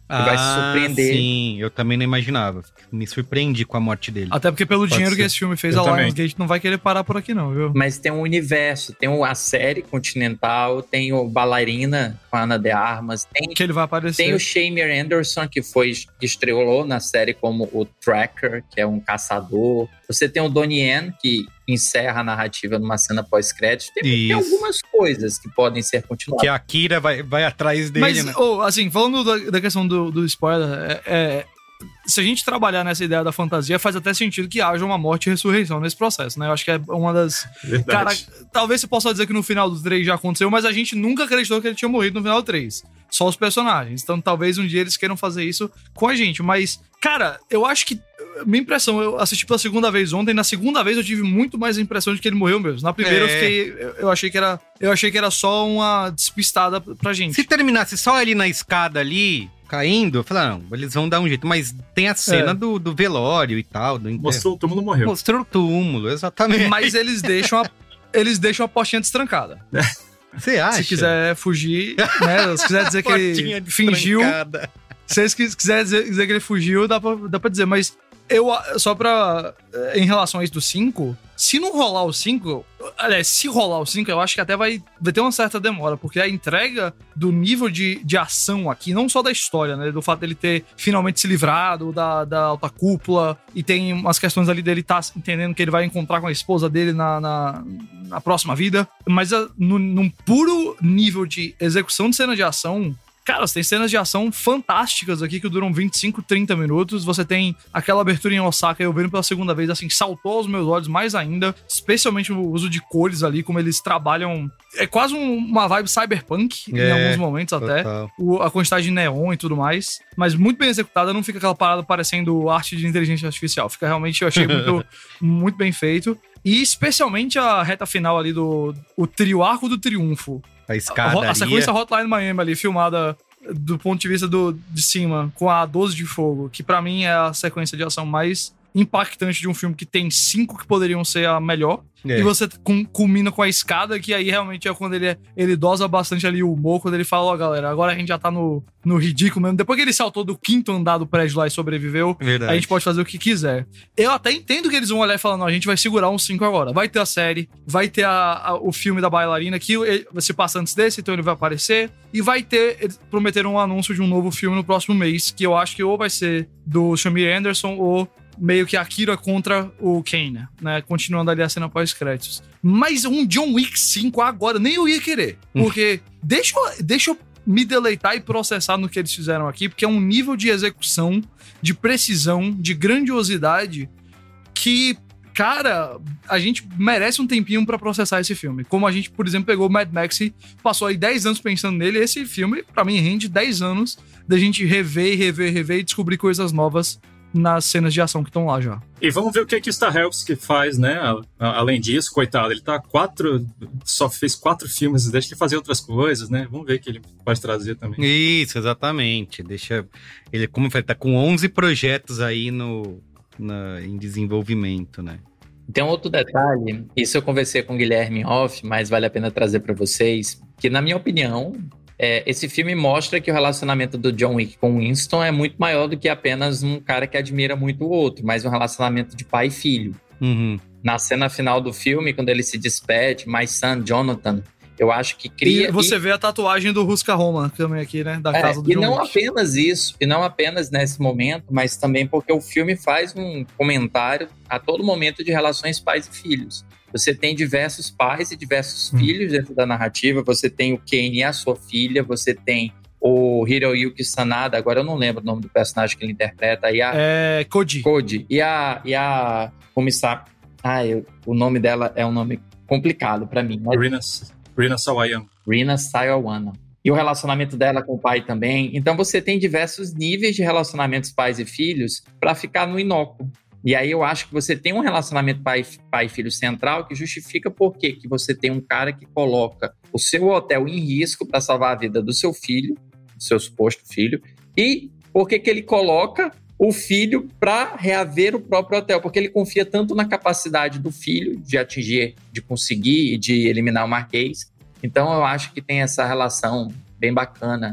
Ah, vai se surpreender. Sim, eu também não imaginava. Me surpreendi com a morte dele. Até porque pelo Pode dinheiro ser. que esse filme fez, Eu a também. Lionsgate não vai querer parar por aqui não, viu? Mas tem um universo, tem a série Continental, tem o Bailarina com a Ana de Armas, tem, Que ele vai aparecer. tem o Shamir Anderson, que foi que estreou na série como o Tracker, que é um caçador. Você tem o Donnie Yen, que encerra a narrativa numa cena pós-crédito. Tem, tem Isso. algumas coisas que podem ser continuadas. Que a Kira vai, vai atrás dele, Mas, né? oh, assim, falando da, da questão do, do spoiler, é, é, se a gente trabalhar nessa ideia da fantasia, faz até sentido que haja uma morte e ressurreição nesse processo, né? Eu acho que é uma das... Cara, talvez você possa dizer que no final do três já aconteceu, mas a gente nunca acreditou que ele tinha morrido no final do três. Só os personagens. Então talvez um dia eles queiram fazer isso com a gente. Mas, cara, eu acho que... Minha impressão, eu assisti pela segunda vez ontem, na segunda vez eu tive muito mais a impressão de que ele morreu mesmo. Na primeira É. eu fiquei... Eu, eu achei que era, eu achei que era só uma despistada pra gente. Se terminasse só ele na escada ali, caindo, eu falei, não, eles vão dar um jeito. Mas tem a cena É. do, do velório e tal. Do enterro. Mostrou o túmulo, morreu. Mostrou o túmulo, exatamente. Mas eles deixam a, eles deixam a portinha destrancada. Você acha? Se quiser fugir, né? Se quiser dizer que Portinha ele fingiu. destrancada. Se eles quis- quiserem dizer, dizer que ele fugiu, dá pra, dá pra dizer. Mas eu, só pra. Em relação a isso do cinco, se não rolar o cinco. Aliás, se rolar o cinco, eu acho que até vai, vai ter uma certa demora, porque a entrega do nível de, de ação aqui, não só da história, né? Do fato dele ter finalmente se livrado da, da alta cúpula, e tem umas questões ali dele estar entendendo que ele vai encontrar com a esposa dele na, na, na próxima vida, mas a, no, num puro nível de execução de cena de ação. Cara, você tem cenas de ação fantásticas aqui que duram vinte e cinco, trinta minutos. Você tem aquela abertura em Osaka, eu vendo pela segunda vez, assim, saltou aos meus olhos mais ainda. Especialmente o uso de cores ali, como eles trabalham. É quase um- uma vibe cyberpunk em É, alguns momentos até. total. O- a quantidade de neon e tudo mais. Mas muito bem executada, não fica aquela parada parecendo arte de inteligência artificial. Fica realmente, eu achei muito, muito bem feito. E especialmente a reta final ali do o trio arco do triunfo. A A, escadaria. a sequência Hotline Miami ali, filmada do ponto de vista do, de cima, com a doze de fogo, que pra mim é a sequência de ação mais impactante de um filme que tem cinco que poderiam ser a melhor. É. E você cum- culmina com a escada, que aí realmente é quando ele, ele dosa bastante ali o humor, quando ele fala, ó, galera, agora a gente já tá no, no ridículo mesmo. Depois que ele saltou do quinto andar do prédio lá e sobreviveu, Verdade. a gente pode fazer o que quiser. Eu até entendo que eles vão olhar e falar, não, a gente vai segurar uns cinco agora. Vai ter a série, vai ter a- a- o filme da bailarina, que ele- vai se passa antes desse, então ele vai aparecer. E vai ter, eles prometeram um anúncio de um novo filme no próximo mês, que eu acho que ou vai ser do Shamir Anderson ou meio que Akira contra o Kane, né? Continuando ali a cena pós-créditos. Mas um John Wick cinco agora, nem eu ia querer. Porque deixa, eu- deixa eu me deleitar e processar no que eles fizeram aqui, porque é um nível de execução, de precisão, de grandiosidade que, cara, a gente merece um tempinho pra processar esse filme. Como a gente, por exemplo, pegou o Mad Max e passou aí dez anos pensando nele, esse filme, pra mim, rende dez anos da gente rever, rever, rever e descobrir coisas novas nas cenas de ação que estão lá já. E vamos ver o que, que o Stahelski faz, né? A- a- Além disso, coitado, ele tá quatro. Só fez quatro filmes, deixa ele fazer outras coisas, né? Vamos ver o que ele pode trazer também. Isso, exatamente. Deixa ele, como eu falei, tá com onze projetos aí no, na- em desenvolvimento, né? Tem um outro detalhe, isso eu conversei com o Guilherme em off, mas vale a pena trazer pra vocês, que na minha opinião, é, esse filme mostra que o relacionamento do John Wick com Winston é muito maior do que apenas um cara que admira muito o outro, mas um relacionamento de pai e filho. Uhum. Na cena final do filme, quando ele se despede, my son Jonathan, eu acho que cria... E você vê a tatuagem do Ruska Roma também aqui, né? Da É, casa do e John não Wick. apenas isso, e não apenas nesse momento, mas também porque o filme faz um comentário a todo momento de relações pais e filhos. Você tem diversos pais e diversos Hum. filhos dentro da narrativa, você tem o Kane e a sua filha, você tem o Hiroyuki Sanada, agora eu não lembro o nome do personagem que ele interpreta, e a É Koji. Koji, e a, e a comissária... Ah, eu, o nome dela é um nome complicado pra mim, mas Rina, Rina Sawayama. Rina Sayawana. E o relacionamento dela com o pai também. Então você tem diversos níveis de relacionamentos pais e filhos para ficar no inócuo. E aí eu acho que você tem um relacionamento pai, pai e filho central que justifica por quê? Que você tem um cara que coloca o seu hotel em risco para salvar a vida do seu filho, do seu suposto filho, e por que que ele coloca o filho para reaver o próprio hotel? Porque ele confia tanto na capacidade do filho de atingir, de conseguir e de eliminar o Marquês. Então eu acho que tem essa relação bem bacana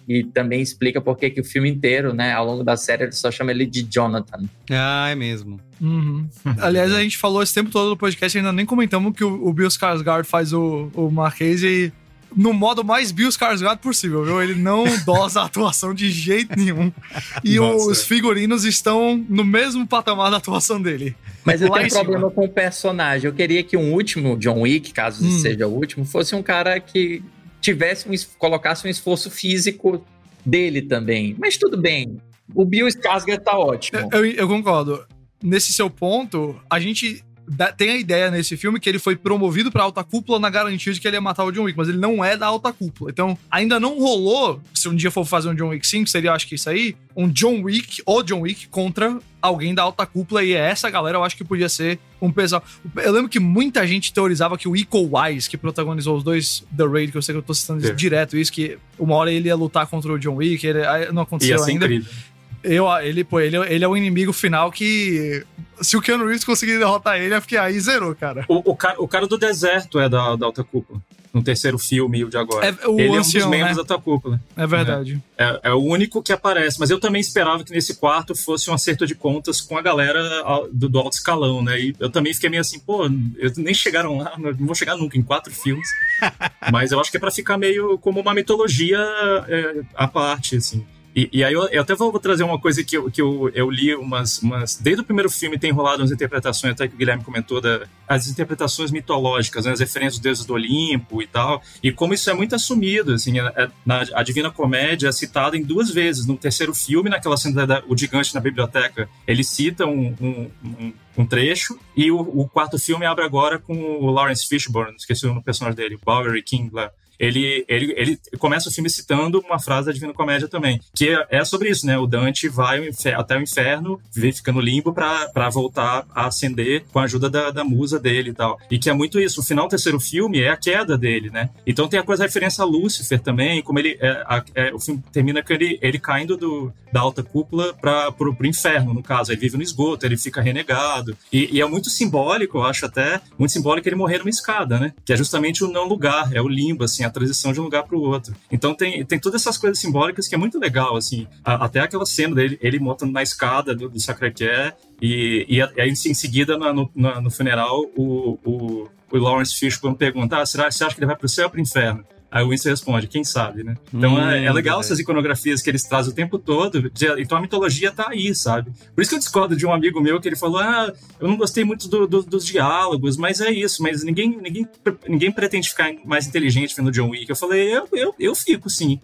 E também explica por que que o filme inteiro, né, ao longo da série, ele só chama ele de Jonathan. Ah, é mesmo. Uhum. Aliás, a gente falou esse tempo todo no podcast, ainda nem comentamos que o, o Bill Skarsgård faz o, o Marquese no modo mais Bill Skarsgård possível, viu? Ele não dosa a atuação de jeito nenhum. E Nossa. Os figurinos estão no mesmo patamar da atuação dele. Mas eu tenho um problema com o personagem. Eu queria que um último John Wick, caso hum. seja o último, fosse um cara que tivesse um, colocasse um esforço físico dele também. Mas tudo bem. O Bill Skarsgård tá ótimo. Eu, eu concordo. Nesse seu ponto, a gente tem a ideia nesse filme que ele foi promovido pra alta cúpula na garantia de que ele ia matar o John Wick, mas ele não é da alta cúpula. Então, ainda não rolou, se um dia for fazer um John Wick cinco, seria, acho que isso aí, um John Wick ou John Wick contra alguém da alta cúpula, e essa galera eu acho que podia ser um pessoal. Eu lembro que muita gente teorizava que o Iko Uwais, que protagonizou os dois The Raid, que eu sei que eu tô citando é. direto isso, que uma hora ele ia lutar contra o John Wick, ele, não aconteceu ainda. Incrível. Eu, ele, pô, ele, ele é o inimigo final que... Se o Keanu Reeves conseguir derrotar ele, é porque aí zerou, cara. O, o, cara, o cara do deserto é da, da alta cúpula. No terceiro filme, o de agora. É, o ele ancião, é um dos membros, né, da alta cúpula. É verdade. É, é, é o único que aparece. Mas eu também esperava que nesse quarto fosse um acerto de contas com a galera do, do alto escalão, né? E eu também fiquei meio assim, pô, eu nem chegaram lá, não vou chegar nunca em quatro filmes. Mas eu acho que é pra ficar meio como uma mitologia é, à parte, assim. E, e aí eu, eu até vou trazer uma coisa que eu, que eu, eu li umas, umas... Desde o primeiro filme tem rolado umas interpretações, até que o Guilherme comentou, da, as interpretações mitológicas, né, as referências dos deuses do Olimpo e tal, e como isso é muito assumido, assim, é, é, na, a Divina Comédia é citada em duas vezes. No terceiro filme, naquela cena da, o gigante na biblioteca, ele cita um, um, um, um trecho, e o, o quarto filme abre agora com o Lawrence Fishburne, esqueci o personagem dele, o Bowery King lá. Ele, ele, ele começa o filme citando uma frase da Divina Comédia também, que é, é sobre isso, né? O Dante vai até o inferno, fica no limbo pra, pra voltar a ascender com a ajuda da, da musa dele e tal. E que é muito isso. O final do terceiro filme é a queda dele, né? Então tem a coisa, a referência a Lúcifer também, como ele... É, a, é, o filme termina com ele, ele caindo do, da alta cúpula pra, pro, pro inferno, no caso. Ele vive no esgoto, ele fica renegado. E, e é muito simbólico, eu acho até, muito simbólico ele morrer numa escada, né? Que é justamente o não lugar, é o limbo, assim, a transição de um lugar para o outro. Então tem, tem todas essas coisas simbólicas que é muito legal, assim. A, até aquela cena dele, ele montando na escada do, do Sacré-Cœur e, e aí em seguida no, no, no funeral o, o, o Lawrence Fishburne pergunta, ah, será, você acha que ele vai para o céu ou para o inferno? Aí o Winston responde, quem sabe, né? Então hum, é, é legal é. essas iconografias que eles trazem o tempo todo. Então a mitologia tá aí, sabe? Por isso que eu discordo de um amigo meu que ele falou, ah, eu não gostei muito do, do, dos diálogos, mas é isso, mas ninguém, ninguém, ninguém pretende ficar mais inteligente vendo John Wick. Eu falei, eu, eu, eu fico, sim.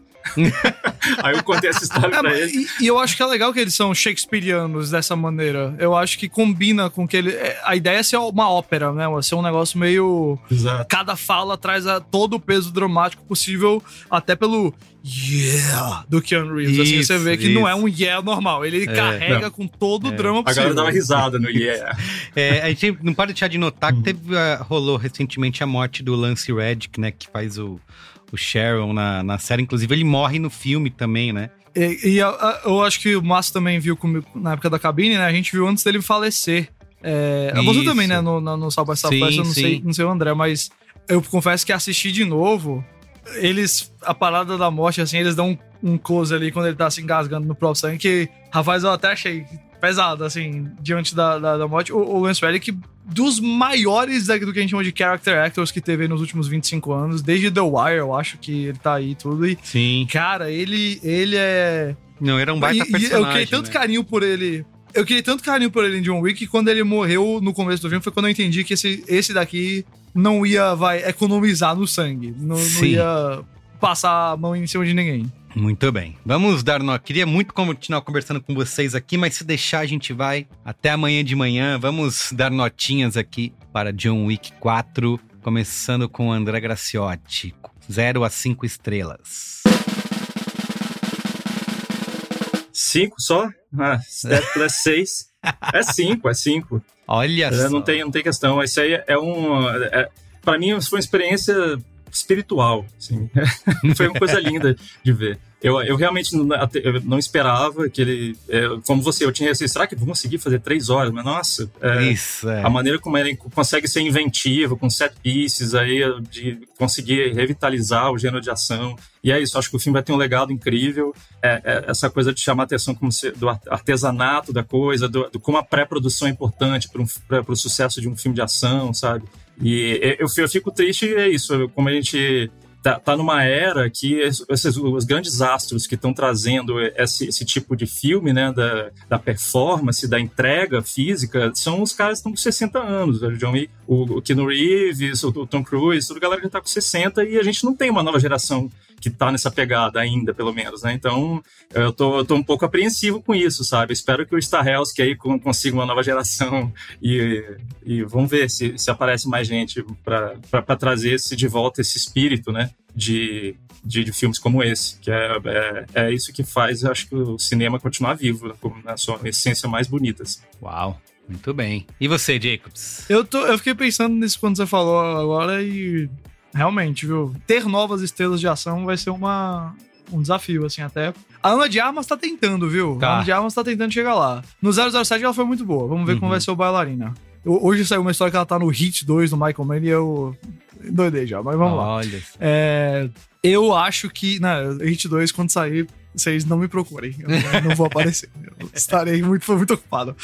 Aí eu contei essa história é, pra ele. E, e eu acho que é legal que eles são shakespearianos dessa maneira. Eu acho que combina com que ele... A ideia é ser uma ópera, né? Ser um negócio meio... Exato. Cada fala traz a, todo o peso dramático possível, até pelo yeah do Keanu Reeves. Isso, assim, você vê que isso. Não é um yeah normal. Ele é, carrega não. com todo é. o drama possível. A galera dá uma risada no yeah. É, a gente não pode deixar de notar que teve, uh, rolou recentemente a morte do Lance Reddick, né? Que faz o... o Sharon na, na série, inclusive ele morre no filme também, né? E, e eu, eu acho que o Márcio também viu comigo na época da cabine, né? A gente viu antes dele falecer. É, você também, né? No, no, no South by Southwest, eu não sei, não sei o André, mas eu confesso que assisti de novo, eles, a parada da morte, assim, eles dão um, um close ali quando ele tá se engasgando no próprio sangue, que, rapaz, eu até achei pesado, assim, diante da, da, da morte. O, o Lance Reddick, dos maiores do que a gente chama de character actors que teve nos últimos vinte e cinco anos, desde The Wire, eu acho que ele tá aí e tudo. E, sim. Cara, ele, ele é... Não, era um baita e, personagem, e eu criei tanto né? carinho por ele... Eu criei tanto carinho por ele em John Wick que quando ele morreu no começo do filme foi quando eu entendi que esse, esse daqui não ia vai, economizar no sangue. Não, não ia passar a mão em cima de ninguém. Muito bem. Vamos dar nó. Queria muito continuar conversando com vocês aqui, mas se deixar a gente vai até amanhã de manhã. Vamos dar notinhas aqui para John Wick quatro, começando com o André Graciotti. zero a cinco estrelas. cinco só? Ah, é seis. É cinco, é cinco. Olha é, só. Não tem, não tem questão. Isso aí é um... É, para mim, foi uma experiência espiritual, assim. Foi uma coisa linda de ver. Eu, eu realmente não, eu não esperava que ele... É, como você, eu tinha assim, será que vou conseguir fazer três horas? Mas, nossa, é, Isso, é. a maneira como ele consegue ser inventivo, com set pieces, aí, de conseguir revitalizar o gênero de ação. E é isso, acho que o filme vai ter um legado incrível. É, é, essa coisa de chamar a atenção como se, do artesanato da coisa, do, do como a pré-produção é importante para um, o sucesso de um filme de ação, sabe? E eu, eu fico triste, é isso, como a gente... Tá, tá numa era que esses, os grandes astros que estão trazendo esse, esse tipo de filme, né, da, da performance, da entrega física, são os caras que estão com sessenta anos. O John Wick, o, o Keanu Reeves, o, o Tom Cruise, toda a galera que tá com sessenta, e a gente não tem uma nova geração que tá nessa pegada ainda, pelo menos, né? Então, eu tô, eu tô um pouco apreensivo com isso, sabe? Espero que o Stahelski aí consiga uma nova geração e, e vamos ver se, se aparece mais gente para trazer esse, de volta esse espírito, né? De, de, de filmes como esse, que é, é, é isso que faz, eu acho, que o cinema continuar vivo, né? Na sua essência mais bonita. Assim. Uau! Muito bem. E você, Jacobs? Eu, tô, eu fiquei pensando nisso quando você falou agora e... Realmente, viu? Ter novas estrelas de ação vai ser uma, um desafio, assim, até. A Ana de Armas tá tentando, viu? Tá. A Ana de Armas tá tentando chegar lá. No zero zero sete ela foi muito boa. Vamos ver uhum. como vai ser o Bailarina. Eu, hoje saiu uma história que ela tá no Hit dois do Michael Mann e eu doidei já, mas vamos Olha. lá. É, eu acho que... Não, Hit dois, quando sair, vocês não me procurem. Eu não vou aparecer. Eu estarei muito, muito ocupado.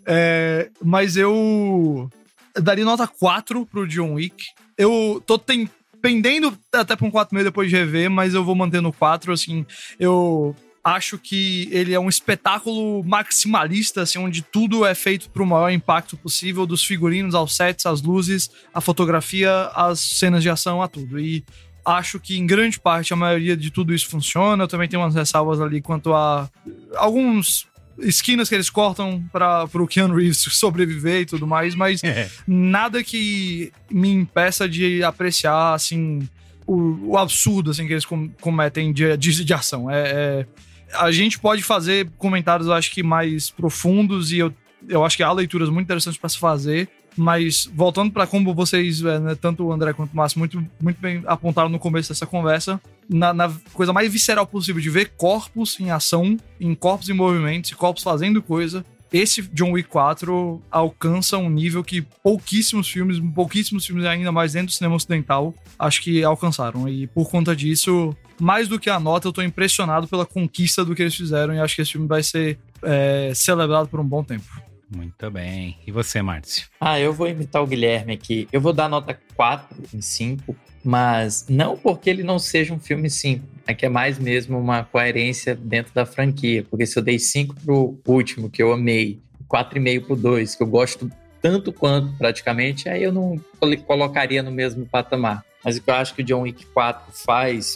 É, mas eu daria nota quatro pro John Wick. Eu tô tentando pendendo até pra um quatro vírgula cinco depois de rever, mas eu vou manter no quatro, assim, eu acho que ele é um espetáculo maximalista, assim, onde tudo é feito pro maior impacto possível, dos figurinos aos sets, às luzes, a fotografia, as cenas de ação, a tudo, e acho que em grande parte a maioria de tudo isso funciona. Eu também tenho umas ressalvas ali quanto a alguns... esquinas que eles cortam para o Keanu Reeves sobreviver e tudo mais, mas é. nada que me impeça de apreciar, assim, o, o absurdo, assim, que eles com, cometem de, de, de ação. É, é, a gente pode fazer comentários, eu acho que mais profundos, e eu, eu acho que há leituras muito interessantes para se fazer, mas voltando para como vocês, né, tanto o André quanto o Márcio, muito, muito bem apontaram no começo dessa conversa, na, na coisa mais visceral possível de ver corpos em ação, em corpos em movimento, e corpos fazendo coisa, esse John Wick quatro alcança um nível que pouquíssimos filmes, pouquíssimos filmes ainda mais dentro do cinema ocidental, acho que alcançaram. E por conta disso, mais do que a nota, eu tô impressionado pela conquista do que eles fizeram, e acho que esse filme vai ser é, celebrado por um bom tempo. Muito bem. E você, Márcio? Ah, eu vou imitar o Guilherme aqui. Eu vou dar nota quatro em cinco, mas não porque ele não seja um filme cinco. É que é mais mesmo uma coerência dentro da franquia. Porque se eu dei cinco pro último, que eu amei, quatro vírgula cinco pro dois, que eu gosto tanto quanto praticamente, aí eu não colocaria no mesmo patamar. Mas o que eu acho que o John Wick quatro faz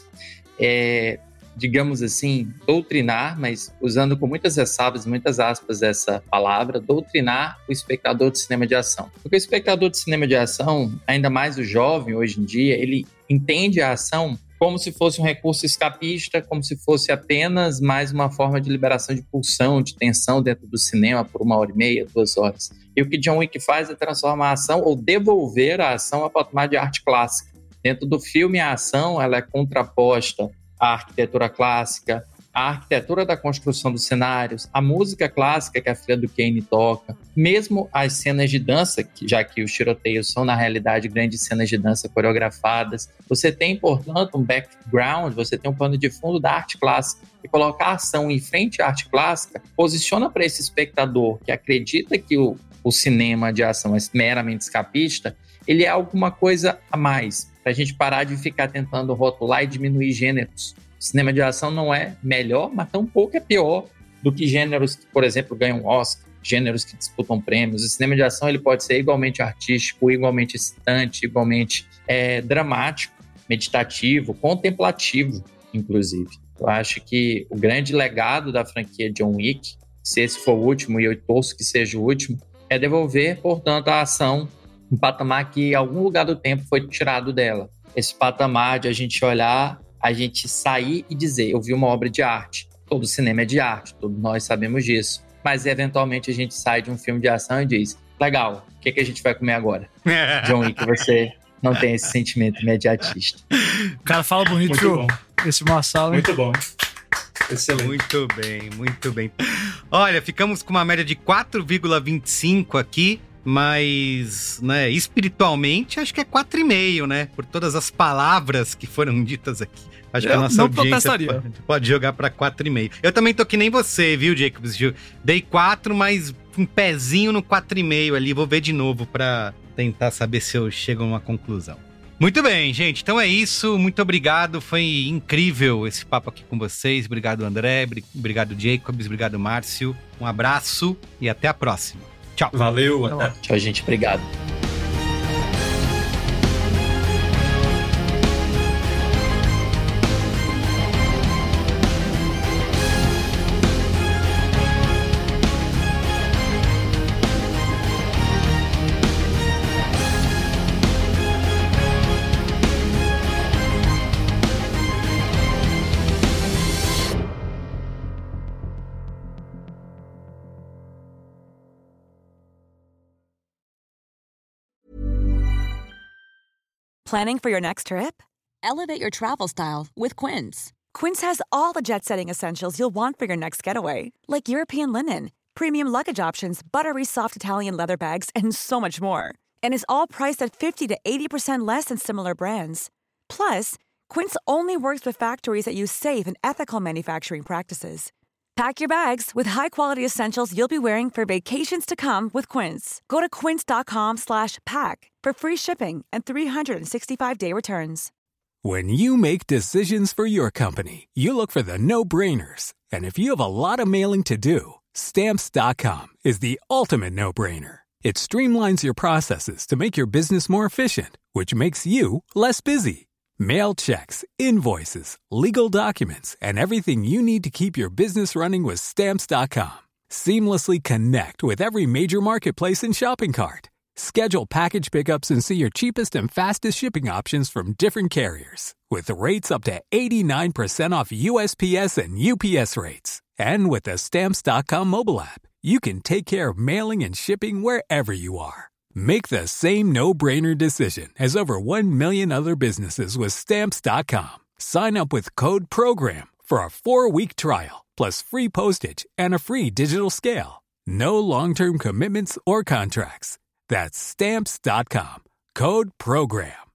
é, digamos assim, doutrinar, mas usando com muitas ressalvas, muitas aspas essa palavra, doutrinar o espectador de cinema de ação. Porque o espectador de cinema de ação, ainda mais o jovem hoje em dia, ele entende a ação como se fosse um recurso escapista, como se fosse apenas mais uma forma de liberação de pulsão, de tensão dentro do cinema por uma hora e meia, duas horas. E o que John Wick faz é transformar a ação ou devolver a ação a patamar de arte clássica. Dentro do filme, a ação ela é contraposta à arquitetura clássica, a arquitetura da construção dos cenários, a música clássica que a filha do Kane toca, mesmo as cenas de dança, que, já que os tiroteios são, na realidade, grandes cenas de dança coreografadas. Você tem, portanto, um background, você tem um pano de fundo da arte clássica. E colocar a ação em frente à arte clássica posiciona para esse espectador que acredita que o, o cinema de ação é meramente escapista, ele é alguma coisa a mais, para a gente parar de ficar tentando rotular e diminuir gêneros. O cinema de ação não é melhor, mas tampouco é pior do que gêneros que, por exemplo, ganham Oscar, gêneros que disputam prêmios. O cinema de ação ele pode ser igualmente artístico, igualmente excitante, igualmente é, dramático, meditativo, contemplativo, inclusive. Eu acho que o grande legado da franquia John Wick, se esse for o último, e eu torço que seja o último, é devolver, portanto, a ação um patamar que em algum lugar do tempo foi tirado dela. Esse patamar de a gente olhar, a gente sair e dizer, eu vi uma obra de arte. Todo cinema é de arte, todos nós sabemos disso. Mas, eventualmente, a gente sai de um filme de ação e diz, legal, o que, que a gente vai comer agora? John Wick, você não tem esse sentimento imediatista. O cara fala bonito, viu? Esse Massala. Muito bom. Excelente. Muito bem, muito bem. Olha, ficamos com uma média de quatro vírgula vinte e cinco aqui, mas, né, espiritualmente, acho que é quatro vírgula cinco, né? Por todas as palavras que foram ditas aqui. Acho Eu que a nossa não audiência protestaria. pode, pode jogar pra quatro vírgula cinco. Eu também tô que nem você, viu, Jacobs? Dei quatro, mas um pezinho no quatro vírgula cinco ali. Vou ver de novo pra tentar saber se eu chego a uma conclusão. Muito bem, gente. Então é isso. Muito obrigado. Foi incrível esse papo aqui com vocês. Obrigado, André. Obrigado, Jacobs. Obrigado, Márcio. Um abraço e até a próxima. Tchau. Valeu. Até. Tchau, gente. Obrigado. Planning for your next trip? Elevate your travel style with Quince. Quince has all the jet-setting essentials you'll want for your next getaway, like European linen, premium luggage options, buttery soft Italian leather bags, and so much more. And is all priced at fifty to eighty percent less than similar brands. Plus, Quince only works with factories that use safe and ethical manufacturing practices. Pack your bags with high-quality essentials you'll be wearing for vacations to come with Quince. Go to quince.com slash pack for free shipping and three sixty-five day returns. When you make decisions for your company, you look for the no-brainers. And if you have a lot of mailing to do, Stamps dot com is the ultimate no-brainer. It streamlines your processes to make your business more efficient, which makes you less busy. Mail checks, invoices, legal documents, and everything you need to keep your business running with Stamps dot com. Seamlessly connect with every major marketplace and shopping cart. Schedule package pickups and see your cheapest and fastest shipping options from different carriers. With rates up to eighty-nine percent off U S P S and U P S rates. And with the Stamps dot com mobile app, you can take care of mailing and shipping wherever you are. Make the same no-brainer decision as over one million other businesses with Stamps dot com. Sign up with code PROGRAM for a four-week trial, plus free postage and a free digital scale. No long-term commitments or contracts. That's Stamps dot com. Code PROGRAM.